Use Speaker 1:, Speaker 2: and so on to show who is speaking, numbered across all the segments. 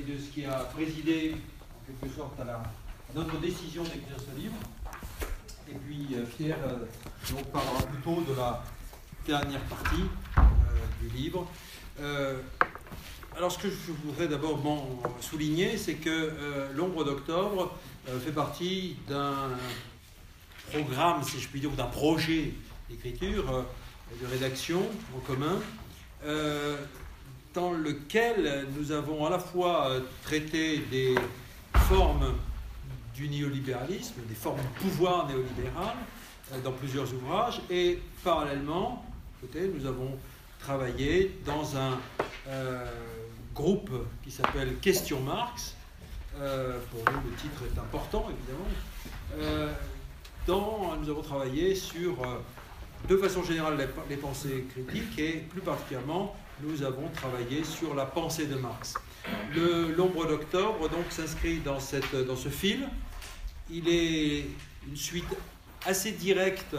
Speaker 1: et de ce qui a présidé en quelque sorte à notre décision d'écrire ce livre. Et puis Pierre donc parlera plutôt de la dernière partie du livre. Alors ce que je voudrais d'abord souligner, c'est que l'Ombre d'Octobre fait partie d'un programme, si je puis dire, ou d'un projet d'écriture, de rédaction en commun, dans lequel nous avons à la fois traité des formes du néolibéralisme, des formes du pouvoir néolibéral dans plusieurs ouvrages, et parallèlement, nous avons travaillé dans un groupe qui s'appelle Question Marx. Pour nous, le titre est important, évidemment. Nous avons travaillé sur, de façon générale, les pensées critiques, et plus particulièrement, nous avons travaillé sur la pensée de Marx. L'Ombre d'Octobre donc s'inscrit dans ce fil. Il est une suite assez directe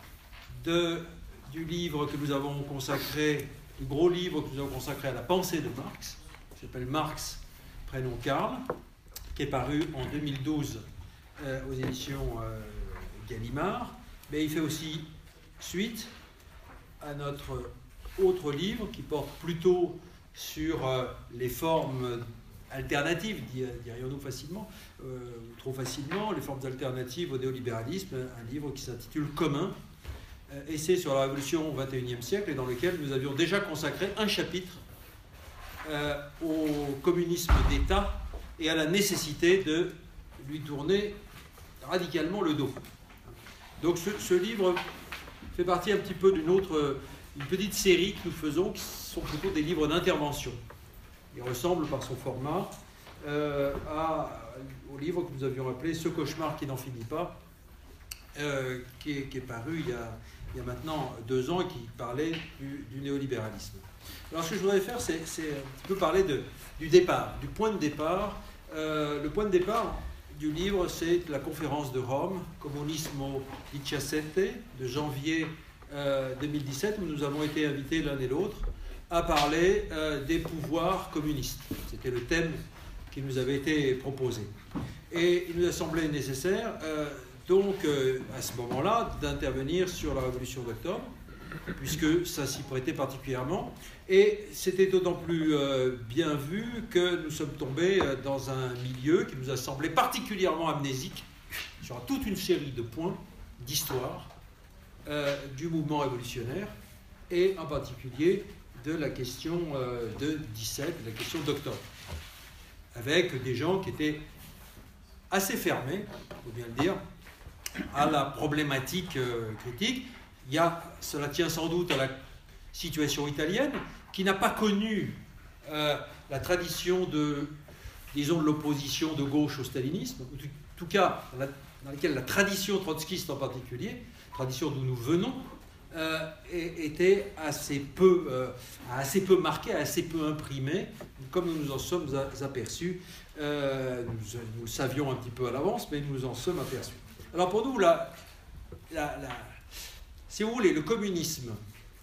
Speaker 1: du livre que nous avons consacré, du gros livre que nous avons consacré à la pensée de Marx, qui s'appelle Marx, prénom Karl, qui est paru en 2012 aux éditions Gallimard. Mais il fait aussi suite à notre autre livre qui porte plutôt sur les formes alternatives, dirions-nous facilement, ou trop facilement, les formes alternatives au néolibéralisme, un livre qui s'intitule Commun, essai sur la révolution au XXIe siècle, et dans lequel nous avions déjà consacré un chapitre au communisme d'État et à la nécessité de lui tourner radicalement le dos. Donc ce livre fait partie un petit peu une petite série que nous faisons, qui sont plutôt des livres d'intervention. Il ressemble par son format au livre que nous avions appelé « Ce cauchemar qui n'en finit pas », qui est paru il y a maintenant 2 ans et qui parlait du néolibéralisme. Alors ce que je voudrais faire, c'est un petit peu parler du départ, du point de départ. Le point de départ du livre, c'est la conférence de Rome, Comunismo XVII, de janvier 2017, où nous avons été invités l'un et l'autre à parler des pouvoirs communistes. C'était le thème qui nous avait été proposé. Et il nous a semblé nécessaire, à ce moment-là, d'intervenir sur la Révolution d'octobre, puisque ça s'y prêtait particulièrement. Et c'était d'autant plus bien vu que nous sommes tombés dans un milieu qui nous a semblé particulièrement amnésique sur toute une série de points d'histoire du mouvement révolutionnaire, et en particulier de la question de 17, de la question d'octobre, avec des gens qui étaient assez fermés, il faut bien le dire, à la problématique critique. Cela tient sans doute à la situation italienne, qui n'a pas connu la tradition de l'opposition de gauche au stalinisme, en tout cas dans laquelle la tradition trotskiste en particulier, tradition d'où nous venons, était assez peu marquée, assez peu imprimée, comme nous nous en sommes aperçus. Nous le savions un petit peu à l'avance, mais nous nous en sommes aperçus. Alors pour nous, si vous voulez, le communisme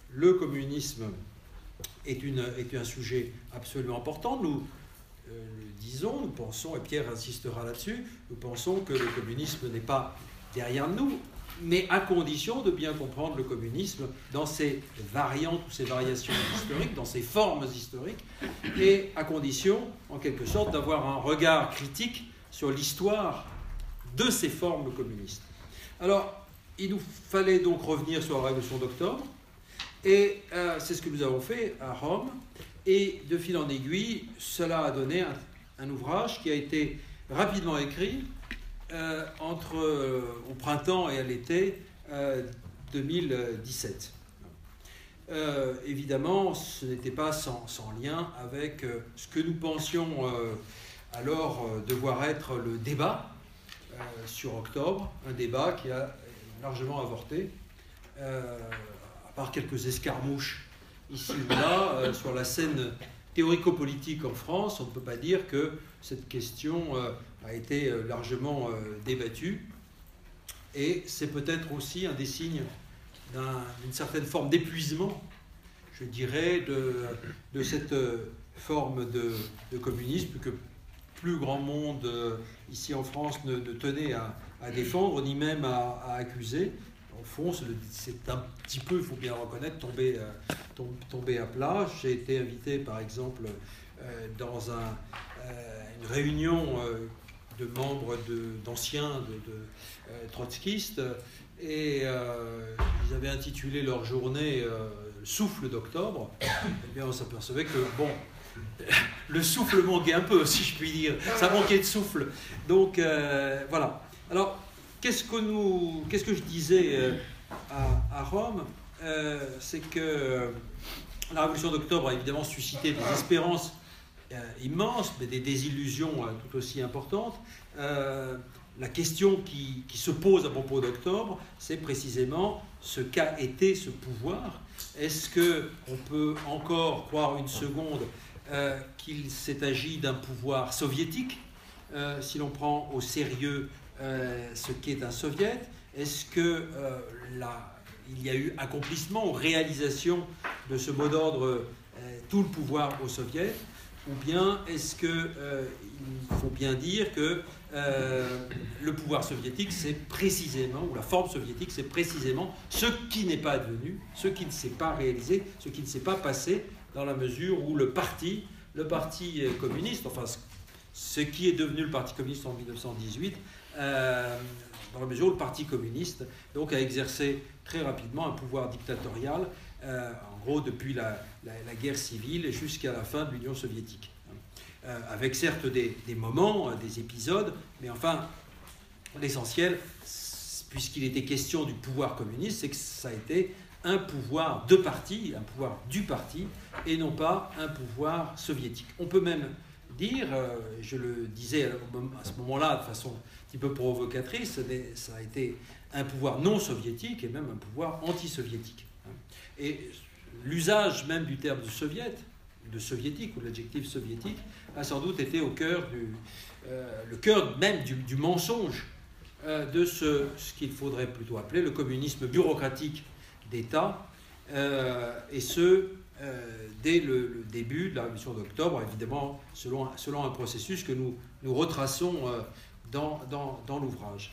Speaker 1: est un sujet absolument important. Nous disons, nous pensons, et Pierre insistera là-dessus, nous pensons que le communisme n'est pas derrière nous, mais à condition de bien comprendre le communisme dans ses variantes ou ses variations historiques, dans ses formes historiques, et à condition, en quelque sorte, d'avoir un regard critique sur l'histoire de ces formes communistes. Alors, il nous fallait donc revenir sur la Révolution d'octobre, et c'est ce que nous avons fait à Rome, et de fil en aiguille, cela a donné un ouvrage qui a été rapidement écrit au printemps et à l'été 2017. Évidemment, ce n'était pas sans lien avec ce que nous pensions alors devoir être le débat sur octobre, un débat qui a largement avorté, à part quelques escarmouches ici ou là, sur la scène théorico-politique en France. On ne peut pas dire que cette question a été largement débattue, et c'est peut-être aussi un des signes d'une certaine forme d'épuisement, je dirais, de cette forme de communisme que plus grand monde ici en France ne tenait à défendre, ni même à accuser. Au fond, c'est un petit peu, il faut bien le reconnaître, tombé à plat. J'ai été invité, par exemple, dans une réunion de membres d'anciens trotskistes, et ils avaient intitulé leur journée « Souffle d'octobre ». Eh bien, on s'apercevait que, bon, le souffle manquait un peu, si je puis dire. Ça manquait de souffle. Donc, voilà. Alors, qu'est-ce que je disais à Rome, c'est que la Révolution d'octobre a évidemment suscité des espérances immenses, mais des désillusions tout aussi importantes. La question qui se pose à propos d'octobre, c'est précisément ce qu'a été ce pouvoir. Est-ce qu'on peut encore croire une seconde qu'il s'est agi d'un pouvoir soviétique, si l'on prend au sérieux ce qu'est un soviet? Est-ce qu'il y a eu accomplissement ou réalisation de ce mot d'ordre, tout le pouvoir au soviet? Ou bien est-ce qu'il faut bien dire que le pouvoir soviétique, c'est précisément, ou la forme soviétique, c'est précisément ce qui n'est pas advenu, ce qui ne s'est pas réalisé, ce qui ne s'est pas passé, dans la mesure où le parti communiste, enfin ce qui est devenu le Parti communiste en 1918, dans la mesure où le Parti communiste donc, a exercé très rapidement un pouvoir dictatorial, en gros depuis la guerre civile jusqu'à la fin de l'Union soviétique. Avec certes des moments, des épisodes, mais enfin, l'essentiel, puisqu'il était question du pouvoir communiste, c'est que ça a été un pouvoir de parti, un pouvoir du parti, et non pas un pouvoir soviétique. On peut même dire, je le disais à ce moment-là de façon un petit peu provocatrice, ça a été un pouvoir non soviétique et même un pouvoir anti-soviétique. Et l'usage même du terme de soviétique ou de l'adjectif soviétique a sans doute été au cœur le cœur même du mensonge de ce qu'il faudrait plutôt appeler le communisme bureaucratique d'État, et ce dès le début de la Révolution d'octobre, évidemment selon un processus que nous retraçons dans l'ouvrage.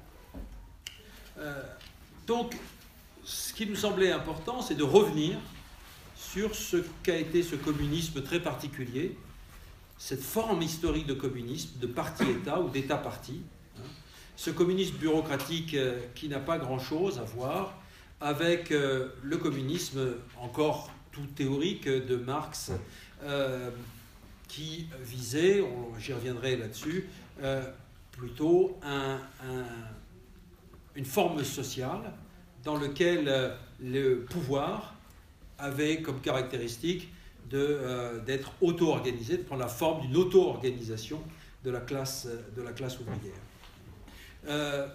Speaker 1: Donc, ce qui nous semblait important, c'est de revenir sur ce qu'a été ce communisme très particulier, cette forme historique de communisme, de parti-État ou d'État-parti, ce communisme bureaucratique qui n'a pas grand-chose à voir avec le communisme encore tout théorique de Marx, qui visait, j'y reviendrai là-dessus, plutôt une forme sociale dans laquelle le pouvoir avait comme caractéristique d'être auto-organisé, de prendre la forme d'une auto-organisation de la classe ouvrière.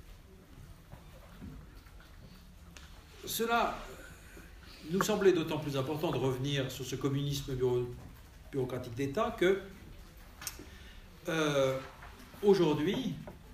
Speaker 1: Cela nous semblait d'autant plus important de revenir sur ce communisme bureaucratique d'État que aujourd'hui,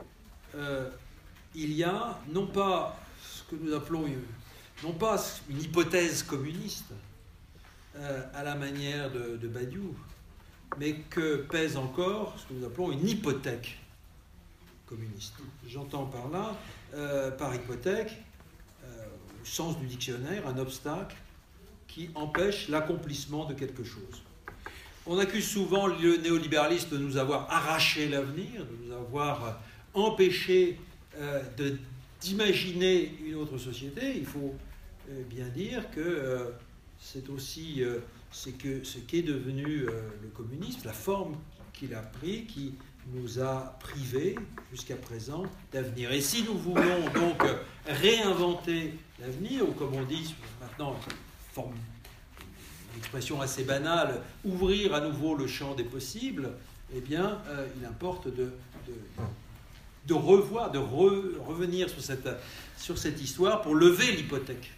Speaker 1: il y a non pas ce que nous appelons non pas une hypothèse communiste à la manière de Badiou, mais que pèse encore ce que nous appelons une hypothèque communiste. J'entends par là, par hypothèque, au sens du dictionnaire, un obstacle qui empêche l'accomplissement de quelque chose. On accuse souvent le néolibéralisme de nous avoir arraché l'avenir, de nous avoir empêché d'imaginer une autre société. Il faut bien dire que c'est aussi ce qu'est devenu le communisme, la forme qu'il a pris, qui nous a privés jusqu'à présent d'avenir. Et si nous voulons donc réinventer l'avenir, ou comme on dit maintenant, une expression assez banale, ouvrir à nouveau le champ des possibles, eh bien, il importe de revenir sur cette histoire pour lever l'hypothèque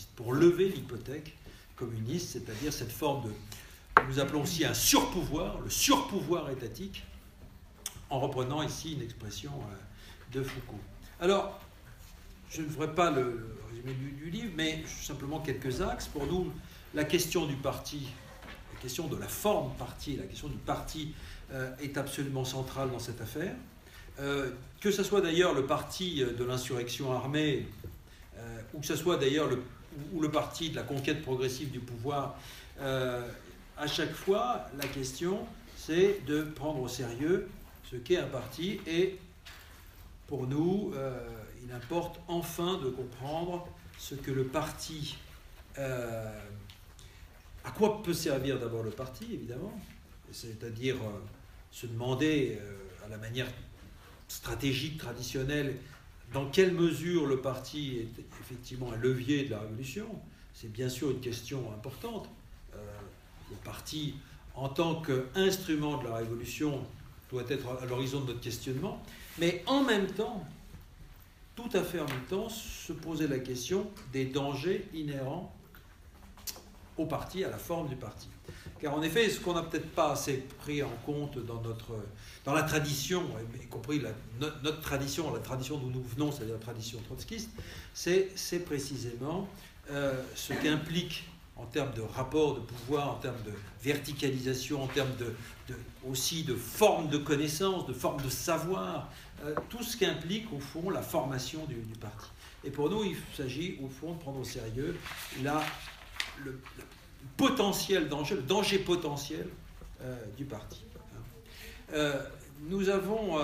Speaker 1: communiste, c'est-à-dire cette forme que nous appelons aussi un surpouvoir, le surpouvoir étatique, en reprenant ici une expression de Foucault. Alors, je ne ferai pas le résumé du livre, mais simplement quelques axes. Pour nous, la question du parti, la question de la forme parti, la question du parti est absolument centrale dans cette affaire. Que ce soit d'ailleurs le parti de l'insurrection armée, ou que ce soit d'ailleurs le parti de la conquête progressive du pouvoir, à chaque fois, la question, c'est de prendre au sérieux ce qu'est un parti. Et pour nous, il importe enfin de comprendre ce que le parti... à quoi peut servir d'abord le parti, évidemment, c'est-à-dire se demander à la manière stratégique, traditionnelle, dans quelle mesure le parti est effectivement un levier de la révolution. C'est bien sûr une question importante. Le parti, en tant qu'instrument de la révolution, doit être à l'horizon de notre questionnement, mais en même temps, tout à fait en même temps, se poser la question des dangers inhérents au parti, à la forme du parti. Car en effet, ce qu'on n'a peut-être pas assez pris en compte dans la tradition, y compris notre tradition, la tradition d'où nous venons, c'est-à-dire la tradition trotskiste, c'est précisément ce qu'implique en termes de rapport de pouvoir, en termes de verticalisation, en termes aussi de forme de connaissance, de forme de savoir, tout ce qu'implique au fond la formation du parti. Et pour nous, il s'agit au fond de prendre au sérieux le potentiel danger, le danger potentiel du parti. Nous avons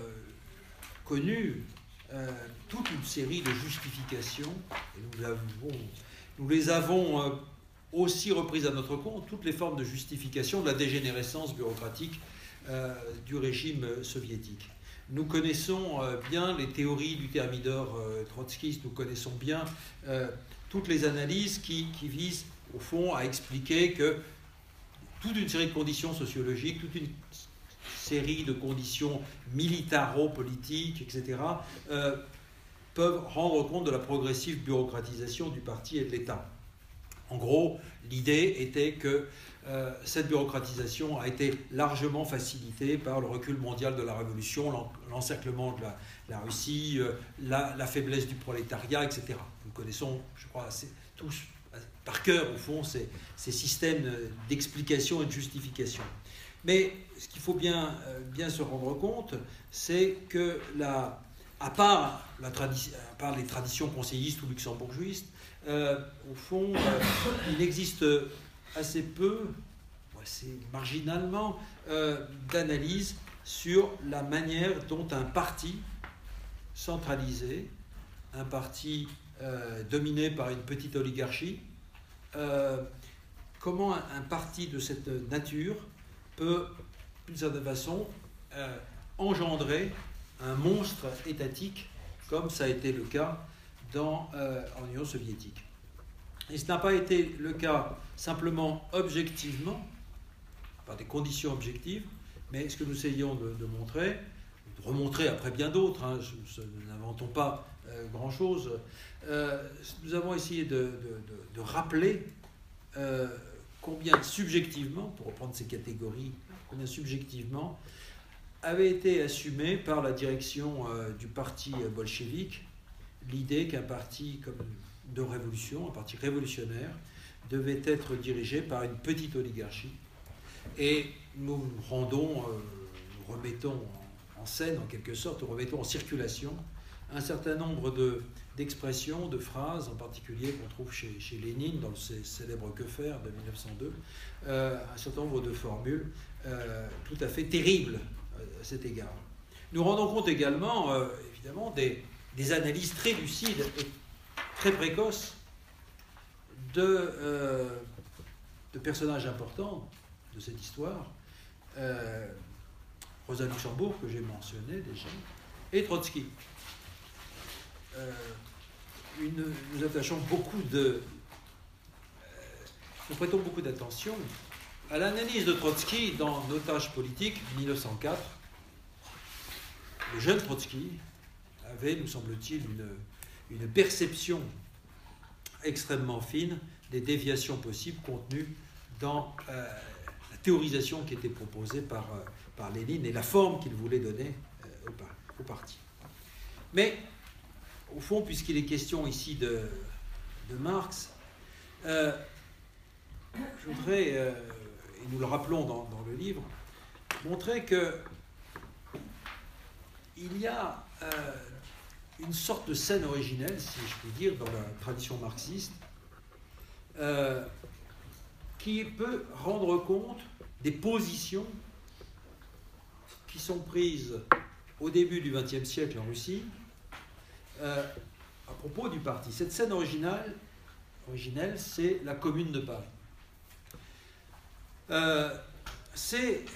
Speaker 1: connu toute une série de justifications, et nous les avons aussi reprises à notre compte, toutes les formes de justification de la dégénérescence bureaucratique du régime soviétique. Nous connaissons bien les théories du thermidor trotskiste, nous connaissons bien toutes les analyses qui visent au fond à expliquer que toute une série de conditions sociologiques, toute une série de conditions militaro-politiques, etc., peuvent rendre compte de la progressive bureaucratisation du parti et de l'État. En gros, l'idée était que cette bureaucratisation a été largement facilitée par le recul mondial de la Révolution, l'encerclement de la Russie, la faiblesse du prolétariat, etc. Nous connaissons, je crois, tous par cœur, au fond, ces systèmes d'explication et de justification. Mais ce qu'il faut bien se rendre compte, c'est que à part les traditions conseillistes ou luxembourgeoistes, au fond, il existe assez peu, assez marginalement, d'analyse sur la manière dont un parti centralisé, un parti dominé par une petite oligarchie, comment un parti de cette nature peut, d'une certaine façon, engendrer un monstre étatique, comme ça a été le cas en Union soviétique. Et ce n'a pas été le cas simplement objectivement, par des conditions objectives, mais ce que nous essayons de montrer, de remontrer après bien d'autres, hein, nous n'inventons pas grand-chose, nous avons essayé de rappeler combien subjectivement, pour reprendre ces catégories, combien subjectivement avait été assumée par la direction du parti bolchevique l'idée qu'un parti comme de révolution, un parti révolutionnaire, devait être dirigé par une petite oligarchie. Et nous remettons en scène, en quelque sorte, nous remettons en circulation un certain nombre d'expressions, de phrases, en particulier qu'on trouve chez Lénine, dans le célèbre Que faire de 1902, un certain nombre de formules tout à fait terribles à cet égard. Nous rendons compte également, évidemment, des analyses très lucides et très précoces de personnages importants de cette histoire, Rosa Luxembourg, que j'ai mentionné déjà, et Trotsky. Nous attachons nous prêtons beaucoup d'attention à l'analyse de Trotsky dans Otage politique 1904. Le jeune Trotsky avait, nous semble-t-il, une perception extrêmement fine des déviations possibles contenues dans la théorisation qui était proposée par Lénine et la forme qu'il voulait donner au parti. Mais, au fond, puisqu'il est question ici de Marx, je voudrais nous le rappelons dans le livre, montrait que il y a une sorte de scène originelle, si je puis dire, dans la tradition marxiste, qui peut rendre compte des positions qui sont prises au début du XXe siècle en Russie à propos du parti. Cette scène originelle, c'est la Commune de Paris. C'est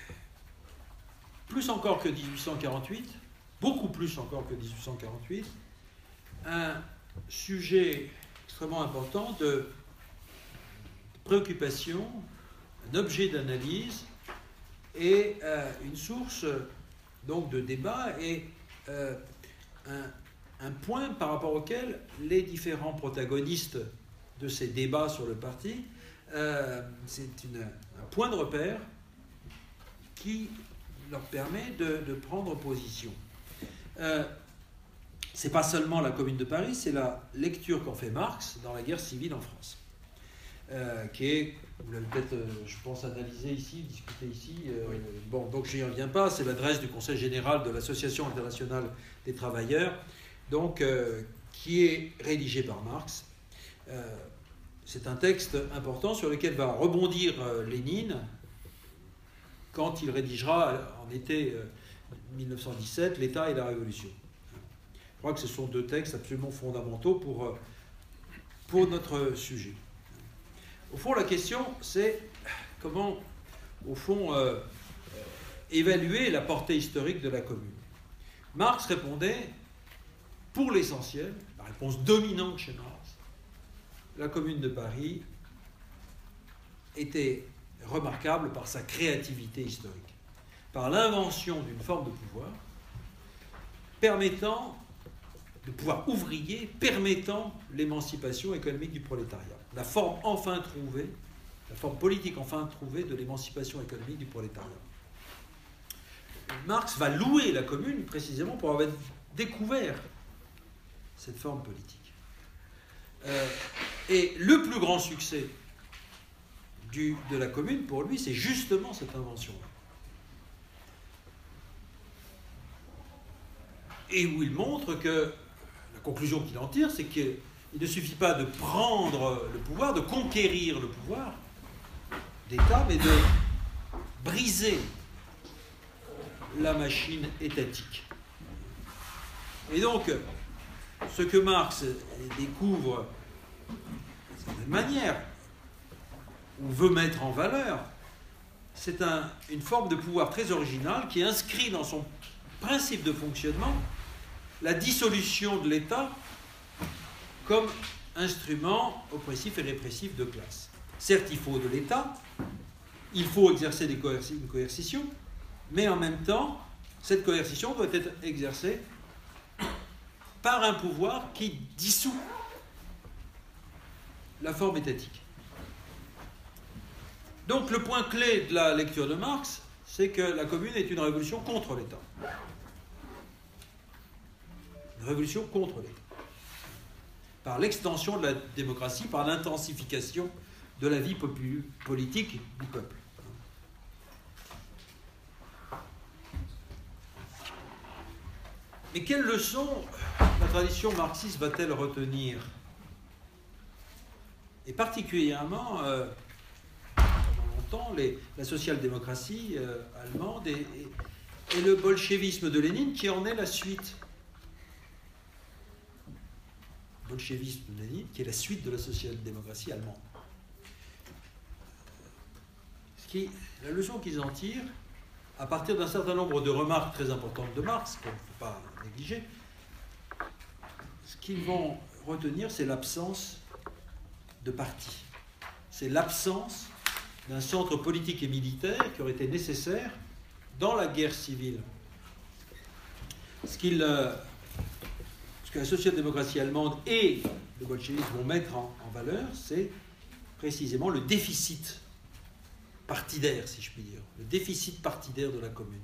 Speaker 1: plus encore que 1848, beaucoup plus encore que 1848, un sujet extrêmement important de préoccupation, un objet d'analyse et une source donc de débat et un point par rapport auquel les différents protagonistes de ces débats sur le parti, c'est un point de repère qui leur permet de prendre position. C'est pas seulement la Commune de Paris, c'est la lecture qu'en fait Marx dans la guerre civile en France, qui est, vous l'avez peut-être, je pense, analysé ici, discuté ici. Oui. Bon, donc je n'y reviens pas, c'est l'adresse du Conseil général de l'Association internationale des travailleurs, donc, qui est rédigé par Marx. C'est un texte important sur lequel va rebondir Lénine quand il rédigera en été 1917 l'État et la Révolution. Je crois que ce sont deux textes absolument fondamentaux pour notre sujet. Au fond, la question, c'est comment, au fond, évaluer la portée historique de la Commune. Marx répondait, pour l'essentiel, la réponse dominante chez Marx, la Commune de Paris était remarquable par sa créativité historique, par l'invention d'une forme de pouvoir permettant, de pouvoir ouvrier, permettant l'émancipation économique du prolétariat. La forme enfin trouvée, la forme politique enfin trouvée de l'émancipation économique du prolétariat. Marx va louer la Commune précisément pour avoir découvert cette forme politique. Et le plus grand succès de la Commune, pour lui, c'est justement cette invention-là. Et où il montre que, la conclusion qu'il en tire, c'est qu'il ne suffit pas de prendre le pouvoir, de conquérir le pouvoir d'État, mais de briser la machine étatique. Et donc, ce que Marx découvre d'une certaine manière, ou veut mettre en valeur, c'est une forme de pouvoir très originale qui inscrit dans son principe de fonctionnement la dissolution de l'État comme instrument oppressif et répressif de classe. Certes, il faut de l'État, il faut exercer une coercition, mais en même temps, cette coercition doit être exercée par un pouvoir qui dissout la forme étatique. Donc le point clé de la lecture de Marx, c'est que la Commune est une révolution contre l'État. Une révolution contre l'État. Par l'extension de la démocratie, par l'intensification de la vie politique du peuple. Mais quelles leçons la tradition marxiste va-t-elle retenir? Et particulièrement, pendant longtemps, la social-démocratie allemande et le bolchevisme de Lénine qui en est la suite. Le bolchevisme de Lénine qui est la suite de la social-démocratie allemande. La leçon qu'ils en tirent, à partir d'un certain nombre de remarques très importantes de Marx, qu'on ne faut pas négliger, ce qu'ils vont retenir, c'est l'absence de parti. C'est l'absence d'un centre politique et militaire qui aurait été nécessaire dans la guerre civile. Ce que la social-démocratie allemande et le bolchevisme vont mettre en valeur, c'est précisément le déficit partidaire, si je puis dire, le déficit partidaire de la Commune.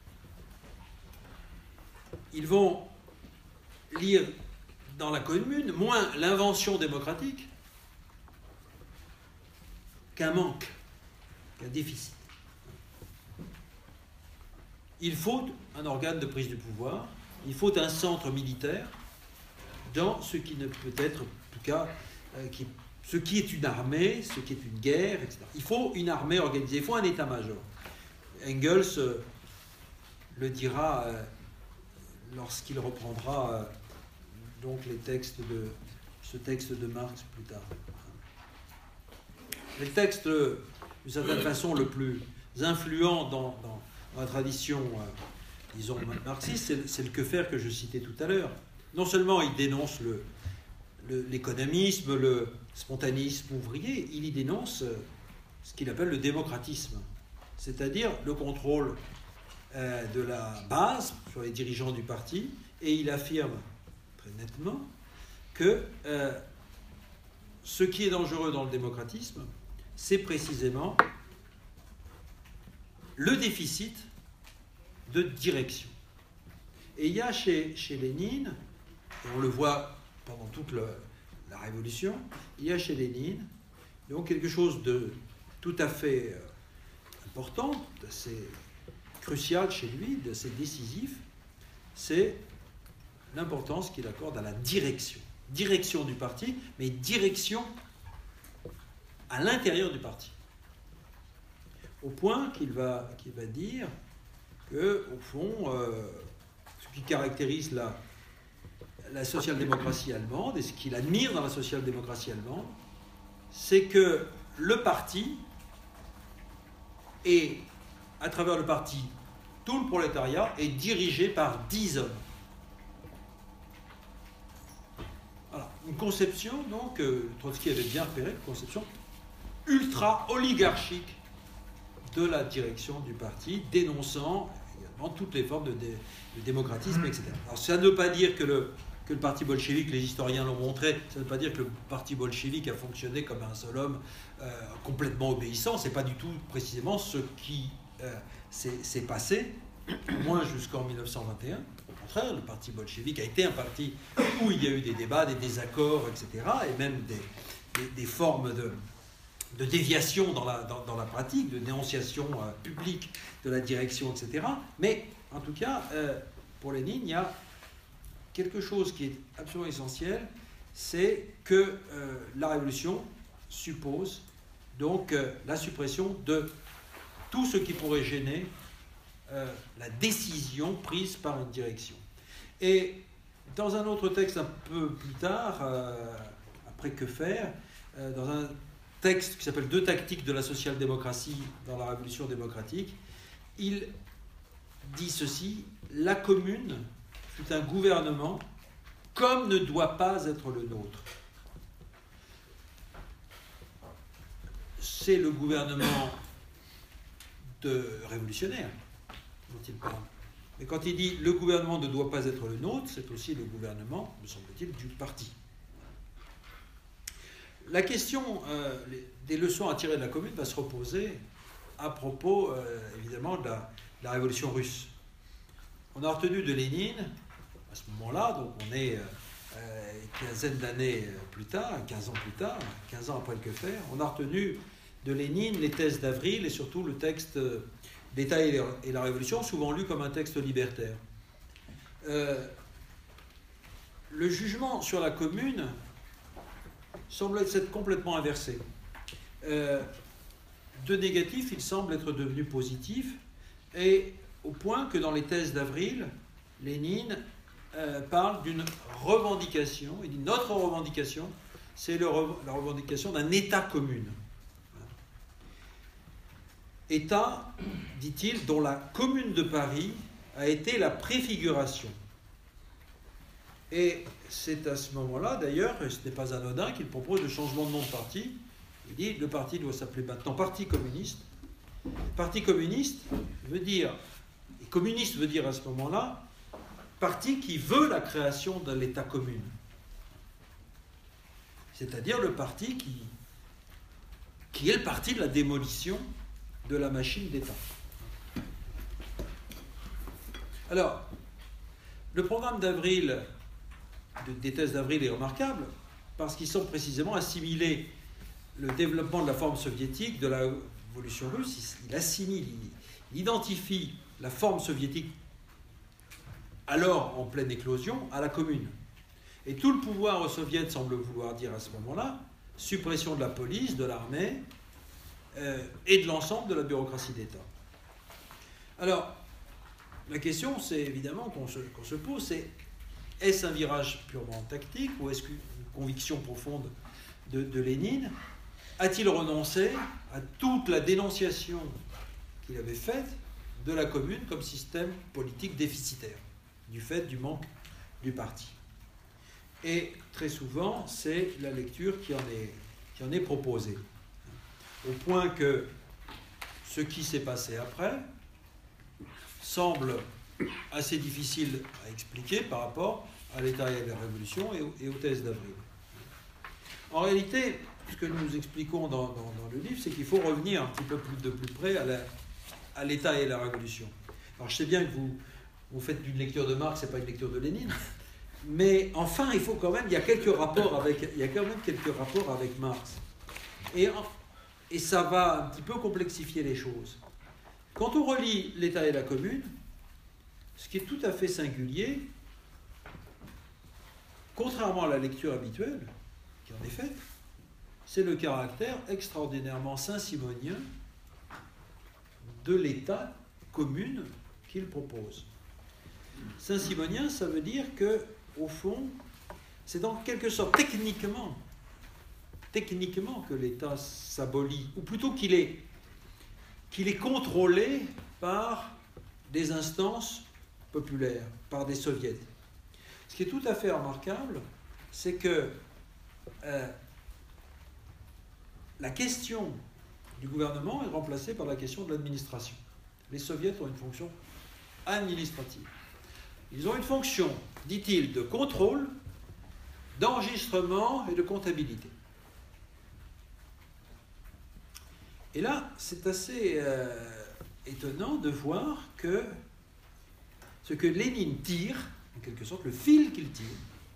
Speaker 1: Ils vont lire dans la Commune moins l'invention démocratique qu'un manque Il y a un déficit. Il faut un organe de prise de pouvoir, il faut un centre militaire dans ce qui ne peut être, en tout cas, ce qui est une armée, ce qui est une guerre, etc. Il faut une armée organisée, il faut un état-major. Engels le dira lorsqu'il reprendra donc ce texte de Marx plus tard. Le texte, d'une certaine façon, le plus influent dans la tradition, disons, marxiste, c'est le que faire que je citais tout à l'heure. Non seulement il dénonce l'économisme, le spontanéisme ouvrier, il y dénonce ce qu'il appelle le démocratisme, c'est-à-dire le contrôle de la base sur les dirigeants du parti, et il affirme très nettement que ce qui est dangereux dans le démocratisme, c'est précisément le déficit de direction. Et il y a chez Lénine, et on le voit pendant toute la Révolution, il y a chez Lénine donc quelque chose de tout à fait important, d'assez crucial chez lui, d'assez décisif, c'est l'importance qu'il accorde à la direction. Direction du parti, mais direction à l'intérieur du parti. Au point qu'il va dire que, au fond, ce qui caractérise la social-démocratie allemande et ce qu'il admire dans la social-démocratie allemande, c'est que le parti et à travers le parti, tout le prolétariat est dirigé par 10 hommes. Voilà, une conception, donc, Trotsky avait bien repéré, une conception ultra-oligarchique de la direction du parti, dénonçant également toutes les formes de démocratisme, etc. Alors, ça ne veut pas dire que le parti bolchevique, les historiens l'ont montré, ça ne veut pas dire que le parti bolchevique a fonctionné comme un seul homme complètement obéissant. Ce n'est pas du tout précisément ce qui s'est passé, au moins jusqu'en 1921. Au contraire, le parti bolchevique a été un parti où il y a eu des débats, des désaccords, etc., et même des formes de déviation dans la pratique, de dénonciation publique de la direction, etc. Mais, en tout cas, pour Lénine, il y a quelque chose qui est absolument essentiel, c'est que la révolution suppose donc la suppression de tout ce qui pourrait gêner la décision prise par une direction. Et dans un autre texte un peu plus tard, après Que faire, dans un texte qui s'appelle « Deux tactiques de la social-démocratie dans la révolution démocratique », il dit ceci: « La commune fut un gouvernement comme ne doit pas être le nôtre. » C'est le gouvernement révolutionnaire dont il parle. Mais quand il dit « le gouvernement ne doit pas être le nôtre », c'est aussi le gouvernement, me semble-t-il, du parti. La question des leçons à tirer de la commune va se reposer à propos, évidemment, de la révolution russe. On a retenu de Lénine, à ce moment-là, donc on est une quinzaine d'années plus tard, 15 ans plus tard, 15 ans après le Que faire, on a retenu de Lénine les thèses d'Avril et surtout le texte d'État et la Révolution, souvent lu comme un texte libertaire. Le jugement sur la commune semble s'être complètement inversé. De négatif, il semble être devenu positif, et au point que dans les thèses d'Avril, Lénine parle d'une revendication. Il dit « notre revendication, c'est la revendication d'un État commune. » État, dit-il, dont la Commune de Paris a été la préfiguration. Et c'est à ce moment-là, d'ailleurs, et ce n'est pas anodin, qu'il propose le changement de nom de parti. Il dit le parti doit s'appeler maintenant Parti communiste. Parti communiste veut dire, et communiste veut dire à ce moment-là, parti qui veut la création de l'État commune. C'est-à-dire le parti qui est le parti de la démolition de la machine d'État. Alors, le programme d'Avril, des thèses d'Avril est remarquable parce qu'ils sont précisément assimilés le développement de la forme soviétique, de la révolution russe, il assimile, il identifie la forme soviétique alors en pleine éclosion à la commune. Et tout le pouvoir aux soviets semble vouloir dire à ce moment-là suppression de la police, de l'armée et de l'ensemble de la bureaucratie d'État. Alors, la question, c'est évidemment qu'on se pose, c'est est-ce un virage purement tactique ou est-ce qu'une conviction profonde de Lénine? A-t-il renoncé à toute la dénonciation qu'il avait faite de la commune comme système politique déficitaire, du fait du manque du parti? Et très souvent, c'est la lecture qui en est proposée. Au point que ce qui s'est passé après semble assez difficile à expliquer par rapport à l'État et à la Révolution et aux thèses d'Avril. En réalité, ce que nous expliquons dans le livre, c'est qu'il faut revenir un petit peu de plus près à l'État et à la Révolution. Alors je sais bien que vous faites une lecture de Marx et pas une lecture de Lénine, mais enfin, il faut quand même, il y a quand même quelques rapports avec Marx. Et ça va un petit peu complexifier les choses. Quand on relit l'État et la commune, ce qui est tout à fait singulier, contrairement à la lecture habituelle qui en est faite, c'est le caractère extraordinairement saint-simonien de l'État commune qu'il propose. Saint-simonien, ça veut dire que, au fond, c'est en quelque sorte techniquement que l'État s'abolit, ou plutôt qu'il est contrôlé par des instances populaires, par des soviets. Ce qui est tout à fait remarquable, c'est que la question du gouvernement est remplacée par la question de l'administration. Les soviets ont une fonction administrative. Ils ont une fonction, dit-il, de contrôle, d'enregistrement et de comptabilité. Et là, c'est assez étonnant de voir que ce que Lénine tire, en quelque sorte, le fil qu'il tire,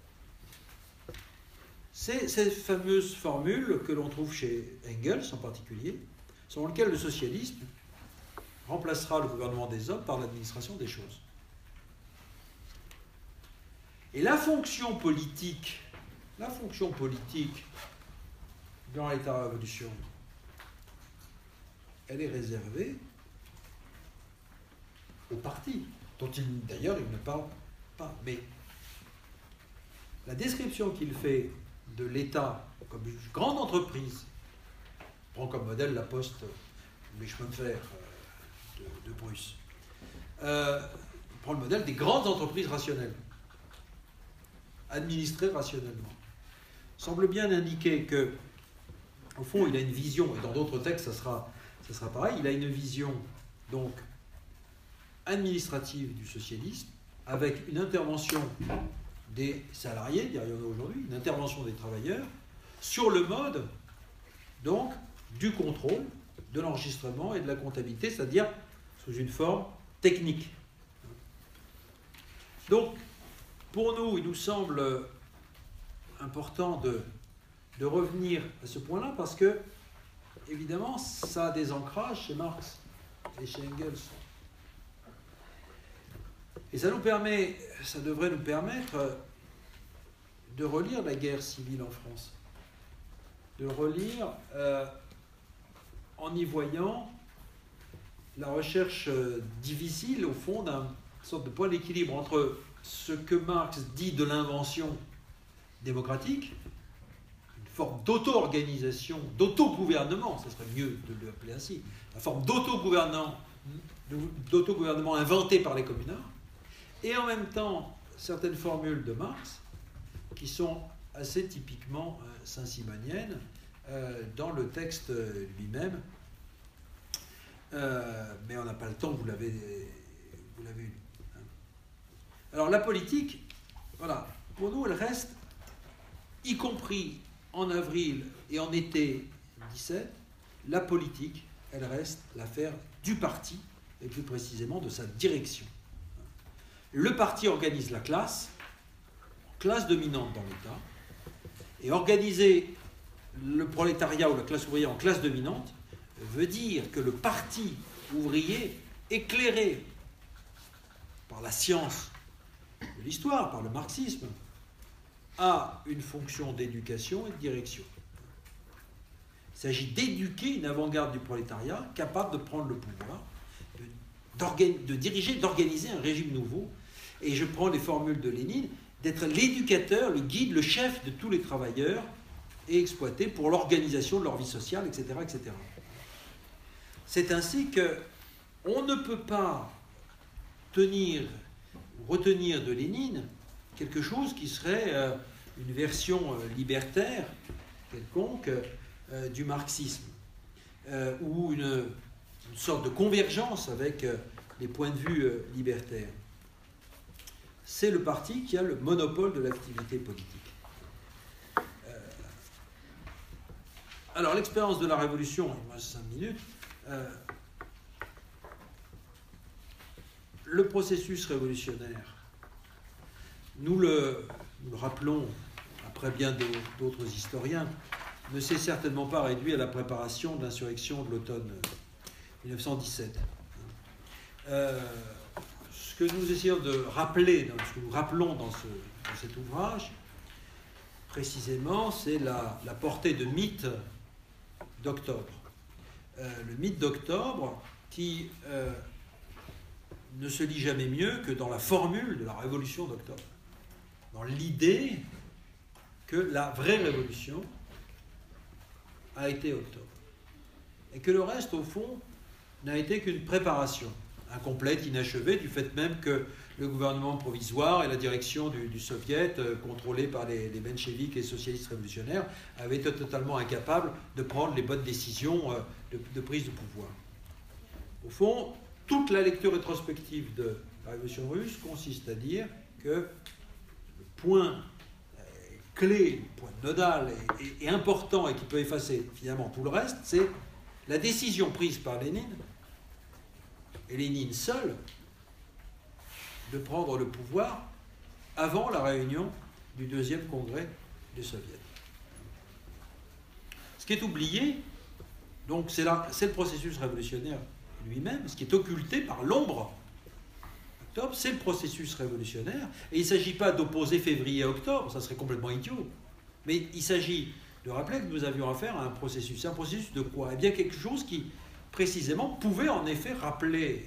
Speaker 1: c'est ces fameuses formules que l'on trouve chez Engels en particulier, selon lesquelles le socialisme remplacera le gouvernement des hommes par l'administration des choses. Et la fonction politique dans l'État-révolution, elle est réservée au parti, dont d'ailleurs il ne parle pas. Mais la description qu'il fait de l'État comme une grande entreprise, prend comme modèle la Poste, les chemins de fer de Prusse, prend le modèle des grandes entreprises rationnelles, administrées rationnellement, semble bien indiquer que, au fond, il a une vision, et dans d'autres textes, ça sera pareil, il a une vision donc administrative du socialisme, avec une intervention des salariés, dirions-nous aujourd'hui, une intervention des travailleurs, sur le mode donc du contrôle, de l'enregistrement et de la comptabilité, c'est-à-dire sous une forme technique. Donc, pour nous, il nous semble important de revenir à ce point-là, parce que, évidemment, ça a des ancrages chez Marx et chez Engels. Et ça devrait nous permettre de relire la guerre civile en France. De le relire en y voyant la recherche difficile, au fond, d'une sorte de point d'équilibre entre ce que Marx dit de l'invention démocratique, une forme d'auto-organisation, d'autogouvernement, ça serait mieux de l'appeler ainsi, la forme d'autogouvernement inventée par les communards, et en même temps certaines formules de Marx qui sont assez typiquement saint-simoniennes dans le texte lui-même. Mais on n'a pas le temps, vous l'avez lu. Alors la politique, voilà, pour nous elle reste, y compris en avril et en été 17, la politique, elle reste l'affaire du parti, et plus précisément de sa direction. Le parti organise la classe dominante dans l'État, et organiser le prolétariat ou la classe ouvrière en classe dominante veut dire que le parti ouvrier, éclairé par la science de l'histoire, par le marxisme, a une fonction d'éducation et de direction. Il s'agit d'éduquer une avant-garde du prolétariat capable de prendre le pouvoir, de diriger, d'organiser un régime nouveau. Et je prends les formules de Lénine, d'être l'éducateur, le guide, le chef de tous les travailleurs et exploités pour l'organisation de leur vie sociale, etc., etc. C'est ainsi qu'on ne peut pas retenir de Lénine quelque chose qui serait une version libertaire quelconque du marxisme, ou une sorte de convergence avec les points de vue libertaires. C'est le parti qui a le monopole de l'activité politique. Alors, l'expérience de la Révolution, il me reste 5 minutes, le processus révolutionnaire, nous le rappelons, après bien d'autres historiens, ne s'est certainement pas réduit à la préparation de l'insurrection de l'automne 1917. Ce que nous essayons de rappeler, ce que nous rappelons dans cet ouvrage, précisément, c'est la portée de mythe d'octobre. Le mythe d'octobre qui ne se lit jamais mieux que dans la formule de la révolution d'octobre, dans l'idée que la vraie révolution a été octobre, et que le reste, au fond, n'a été qu'une préparation incomplète, inachevée, du fait même que le gouvernement provisoire et la direction du Soviet, contrôlés par les mencheviks et socialistes révolutionnaires, avaient été totalement incapables de prendre les bonnes décisions de prise de pouvoir. Au fond, toute la lecture rétrospective de la révolution russe consiste à dire que le point clé, le point nodal et important, et qui peut effacer finalement tout le reste, c'est la décision prise par Lénine, et Lénine seul, de prendre le pouvoir avant la réunion du deuxième congrès du Soviet. Ce qui est oublié, donc c'est le processus révolutionnaire lui-même, ce qui est occulté par l'ombre d'octobre, c'est le processus révolutionnaire, et il ne s'agit pas d'opposer février à octobre, ça serait complètement idiot, mais il s'agit de rappeler que nous avions affaire à un processus. C'est un processus de quoi? Eh bien, quelque chose qui, précisément, pouvait en effet rappeler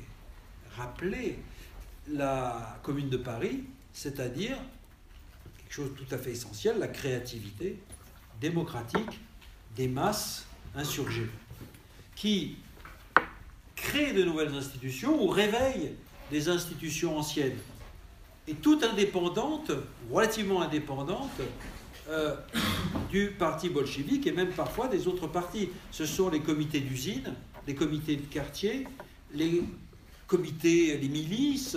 Speaker 1: la Commune de Paris, c'est-à-dire quelque chose de tout à fait essentiel, la créativité démocratique des masses insurgées, qui crée de nouvelles institutions ou réveille des institutions anciennes, et toutes indépendantes, relativement indépendantes, du parti bolchevique et même parfois des autres partis. Ce sont les comités d'usine, les comités de quartier, les comités, les milices,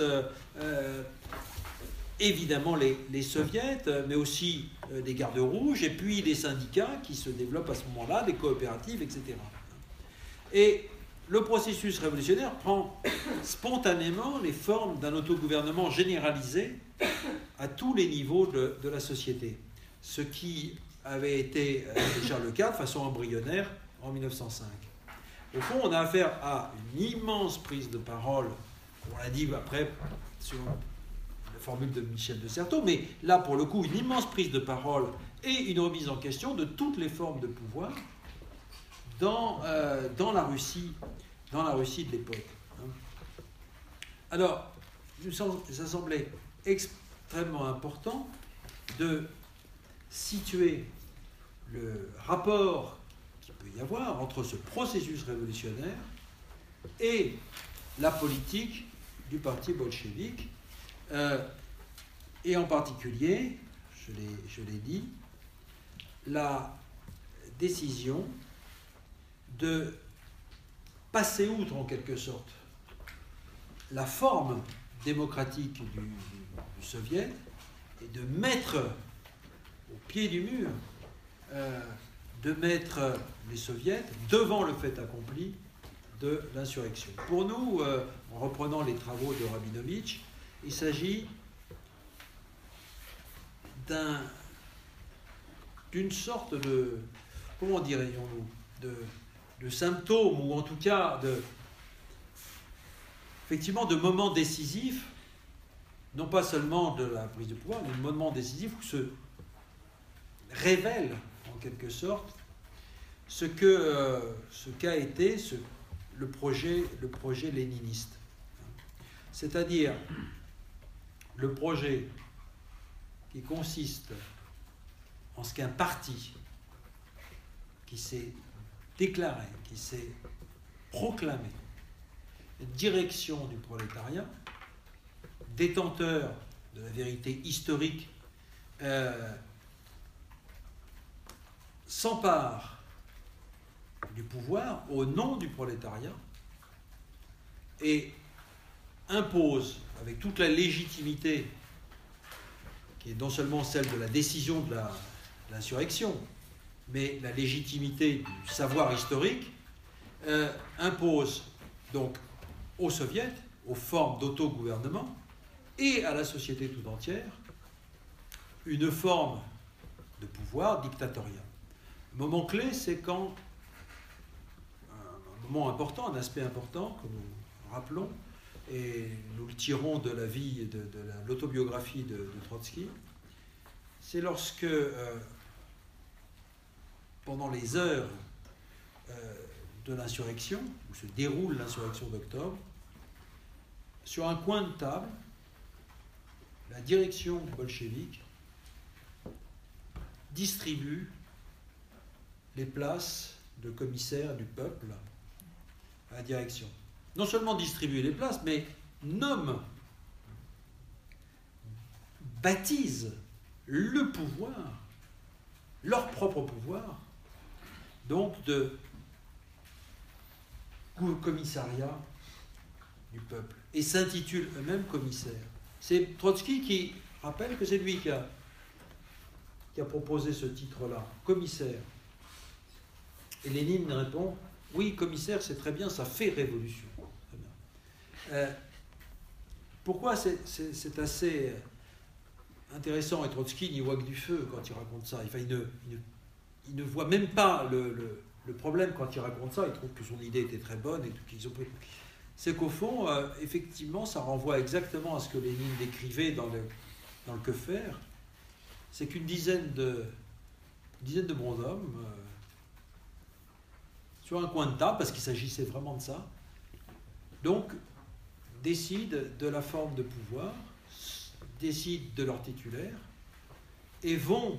Speaker 1: évidemment les soviets, mais aussi des gardes rouges, et puis les syndicats qui se développent à ce moment-là, des coopératives, etc. Et le processus révolutionnaire prend spontanément les formes d'un autogouvernement généralisé à tous les niveaux de la société, ce qui avait été déjà le cas de façon embryonnaire en 1905. Au fond, on a affaire à une immense prise de parole, on l'a dit après sur la formule de Michel de Certeau, mais là, pour le coup, une immense prise de parole et une remise en question de toutes les formes de pouvoir dans la Russie de l'époque. Alors, ça semblait extrêmement important de situer le rapport qu'il peut y avoir entre ce processus révolutionnaire et la politique du parti bolchevique, et en particulier, je l'ai dit, la décision de passer outre en quelque sorte la forme démocratique du Soviet et de mettre au pied du mur, de mettre les soviets devant le fait accompli de l'insurrection. Pour nous, en reprenant les travaux de Rabinovitch, il s'agit d'une sorte de, comment dirions-nous, de symptôme, ou en tout cas effectivement de moments décisifs, non pas seulement de la prise de pouvoir, mais de moments décisifs où se révèle en quelque sorte ce qu'a été le projet léniniste. C'est-à-dire le projet qui consiste en ce qu'un parti qui s'est déclaré, qui s'est proclamé direction du prolétariat, détenteur de la vérité historique, s'empare du pouvoir au nom du prolétariat et impose, avec toute la légitimité qui est non seulement celle de la décision de l'insurrection, mais la légitimité du savoir historique, impose donc aux soviets, aux formes d'autogouvernement et à la société tout entière une forme de pouvoir dictatorial. Le moment clé, c'est quand, un moment important, un aspect important que nous rappelons, et nous le tirons de la vie, de l'autobiographie de Trotsky, c'est lorsque, pendant les heures de l'insurrection, où se déroule l'insurrection d'octobre, sur un coin de table, la direction bolchevique distribue les places de commissaire du peuple à la direction. Non seulement distribue les places, mais nomme, baptise le pouvoir, leur propre pouvoir, donc de commissariat du peuple, et s'intitule eux-mêmes commissaires. C'est Trotsky qui rappelle que c'est lui qui a proposé ce titre-là, commissaire. Et Lénine répond, oui, commissaire, c'est très bien, ça fait révolution. Très bien. Pourquoi c'est assez intéressant, et Trotsky n'y voit que du feu quand il raconte ça. Enfin, il ne voit même pas le problème quand il raconte ça, il trouve que son idée était très bonne et tout, qu'ils ont pris. C'est qu'au fond, effectivement, ça renvoie exactement à ce que Lénine décrivait dans le Que faire. C'est qu'une dizaine de bonshommes, sur un coin de table, parce qu'il s'agissait vraiment de ça, donc décident de la forme de pouvoir, décident de leur titulaire, et vont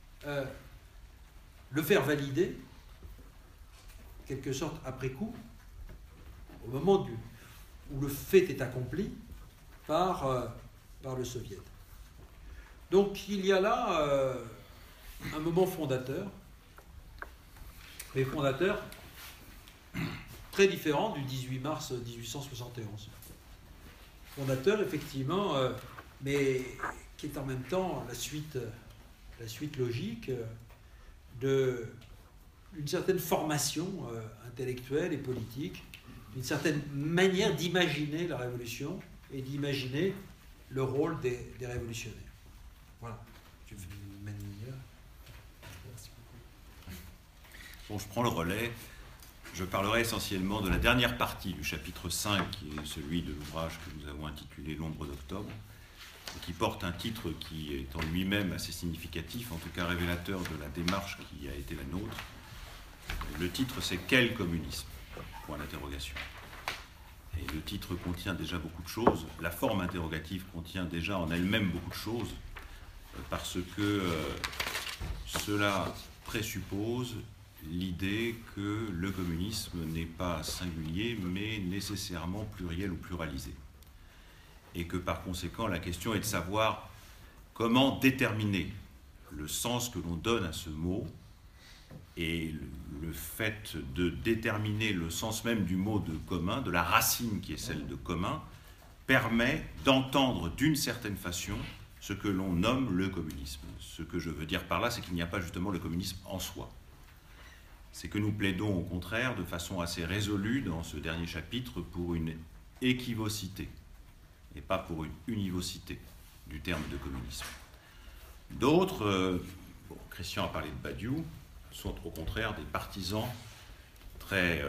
Speaker 1: le faire valider, en quelque sorte après coup, au moment où le fait est accompli par le soviet. Donc il y a là un moment fondateur, mais fondateur très différent du 18 mars 1871. Fondateur, effectivement, mais qui est en même temps la suite logique d'une certaine formation intellectuelle et politique, d'une certaine manière d'imaginer la révolution et d'imaginer le rôle des révolutionnaires. Voilà. Tu veux mener une heure ? Merci beaucoup.
Speaker 2: Bon, je prends le relais. Je parlerai essentiellement de la dernière partie du chapitre 5, qui est celui de l'ouvrage que nous avons intitulé « L'ombre d'octobre », et qui porte un titre qui est en lui-même assez significatif, en tout cas révélateur de la démarche qui a été la nôtre. Le titre, c'est « Quel communisme ?» Point d'interrogation. Et le titre contient déjà beaucoup de choses. La forme interrogative contient déjà en elle-même beaucoup de choses, parce que cela présuppose l'idée que le communisme n'est pas singulier, mais nécessairement pluriel ou pluralisé. Et que par conséquent, la question est de savoir comment déterminer le sens que l'on donne à ce mot, et le fait de déterminer le sens même du mot de commun, de la racine qui est celle de commun, permet d'entendre d'une certaine façon ce que l'on nomme le communisme. Ce que je veux dire par là, c'est qu'il n'y a pas justement le communisme en soi. C'est que nous plaidons au contraire de façon assez résolue dans ce dernier chapitre pour une équivocité et pas pour une univocité du terme de communisme. D'autres, Christian a parlé de Badiou, sont au contraire des partisans très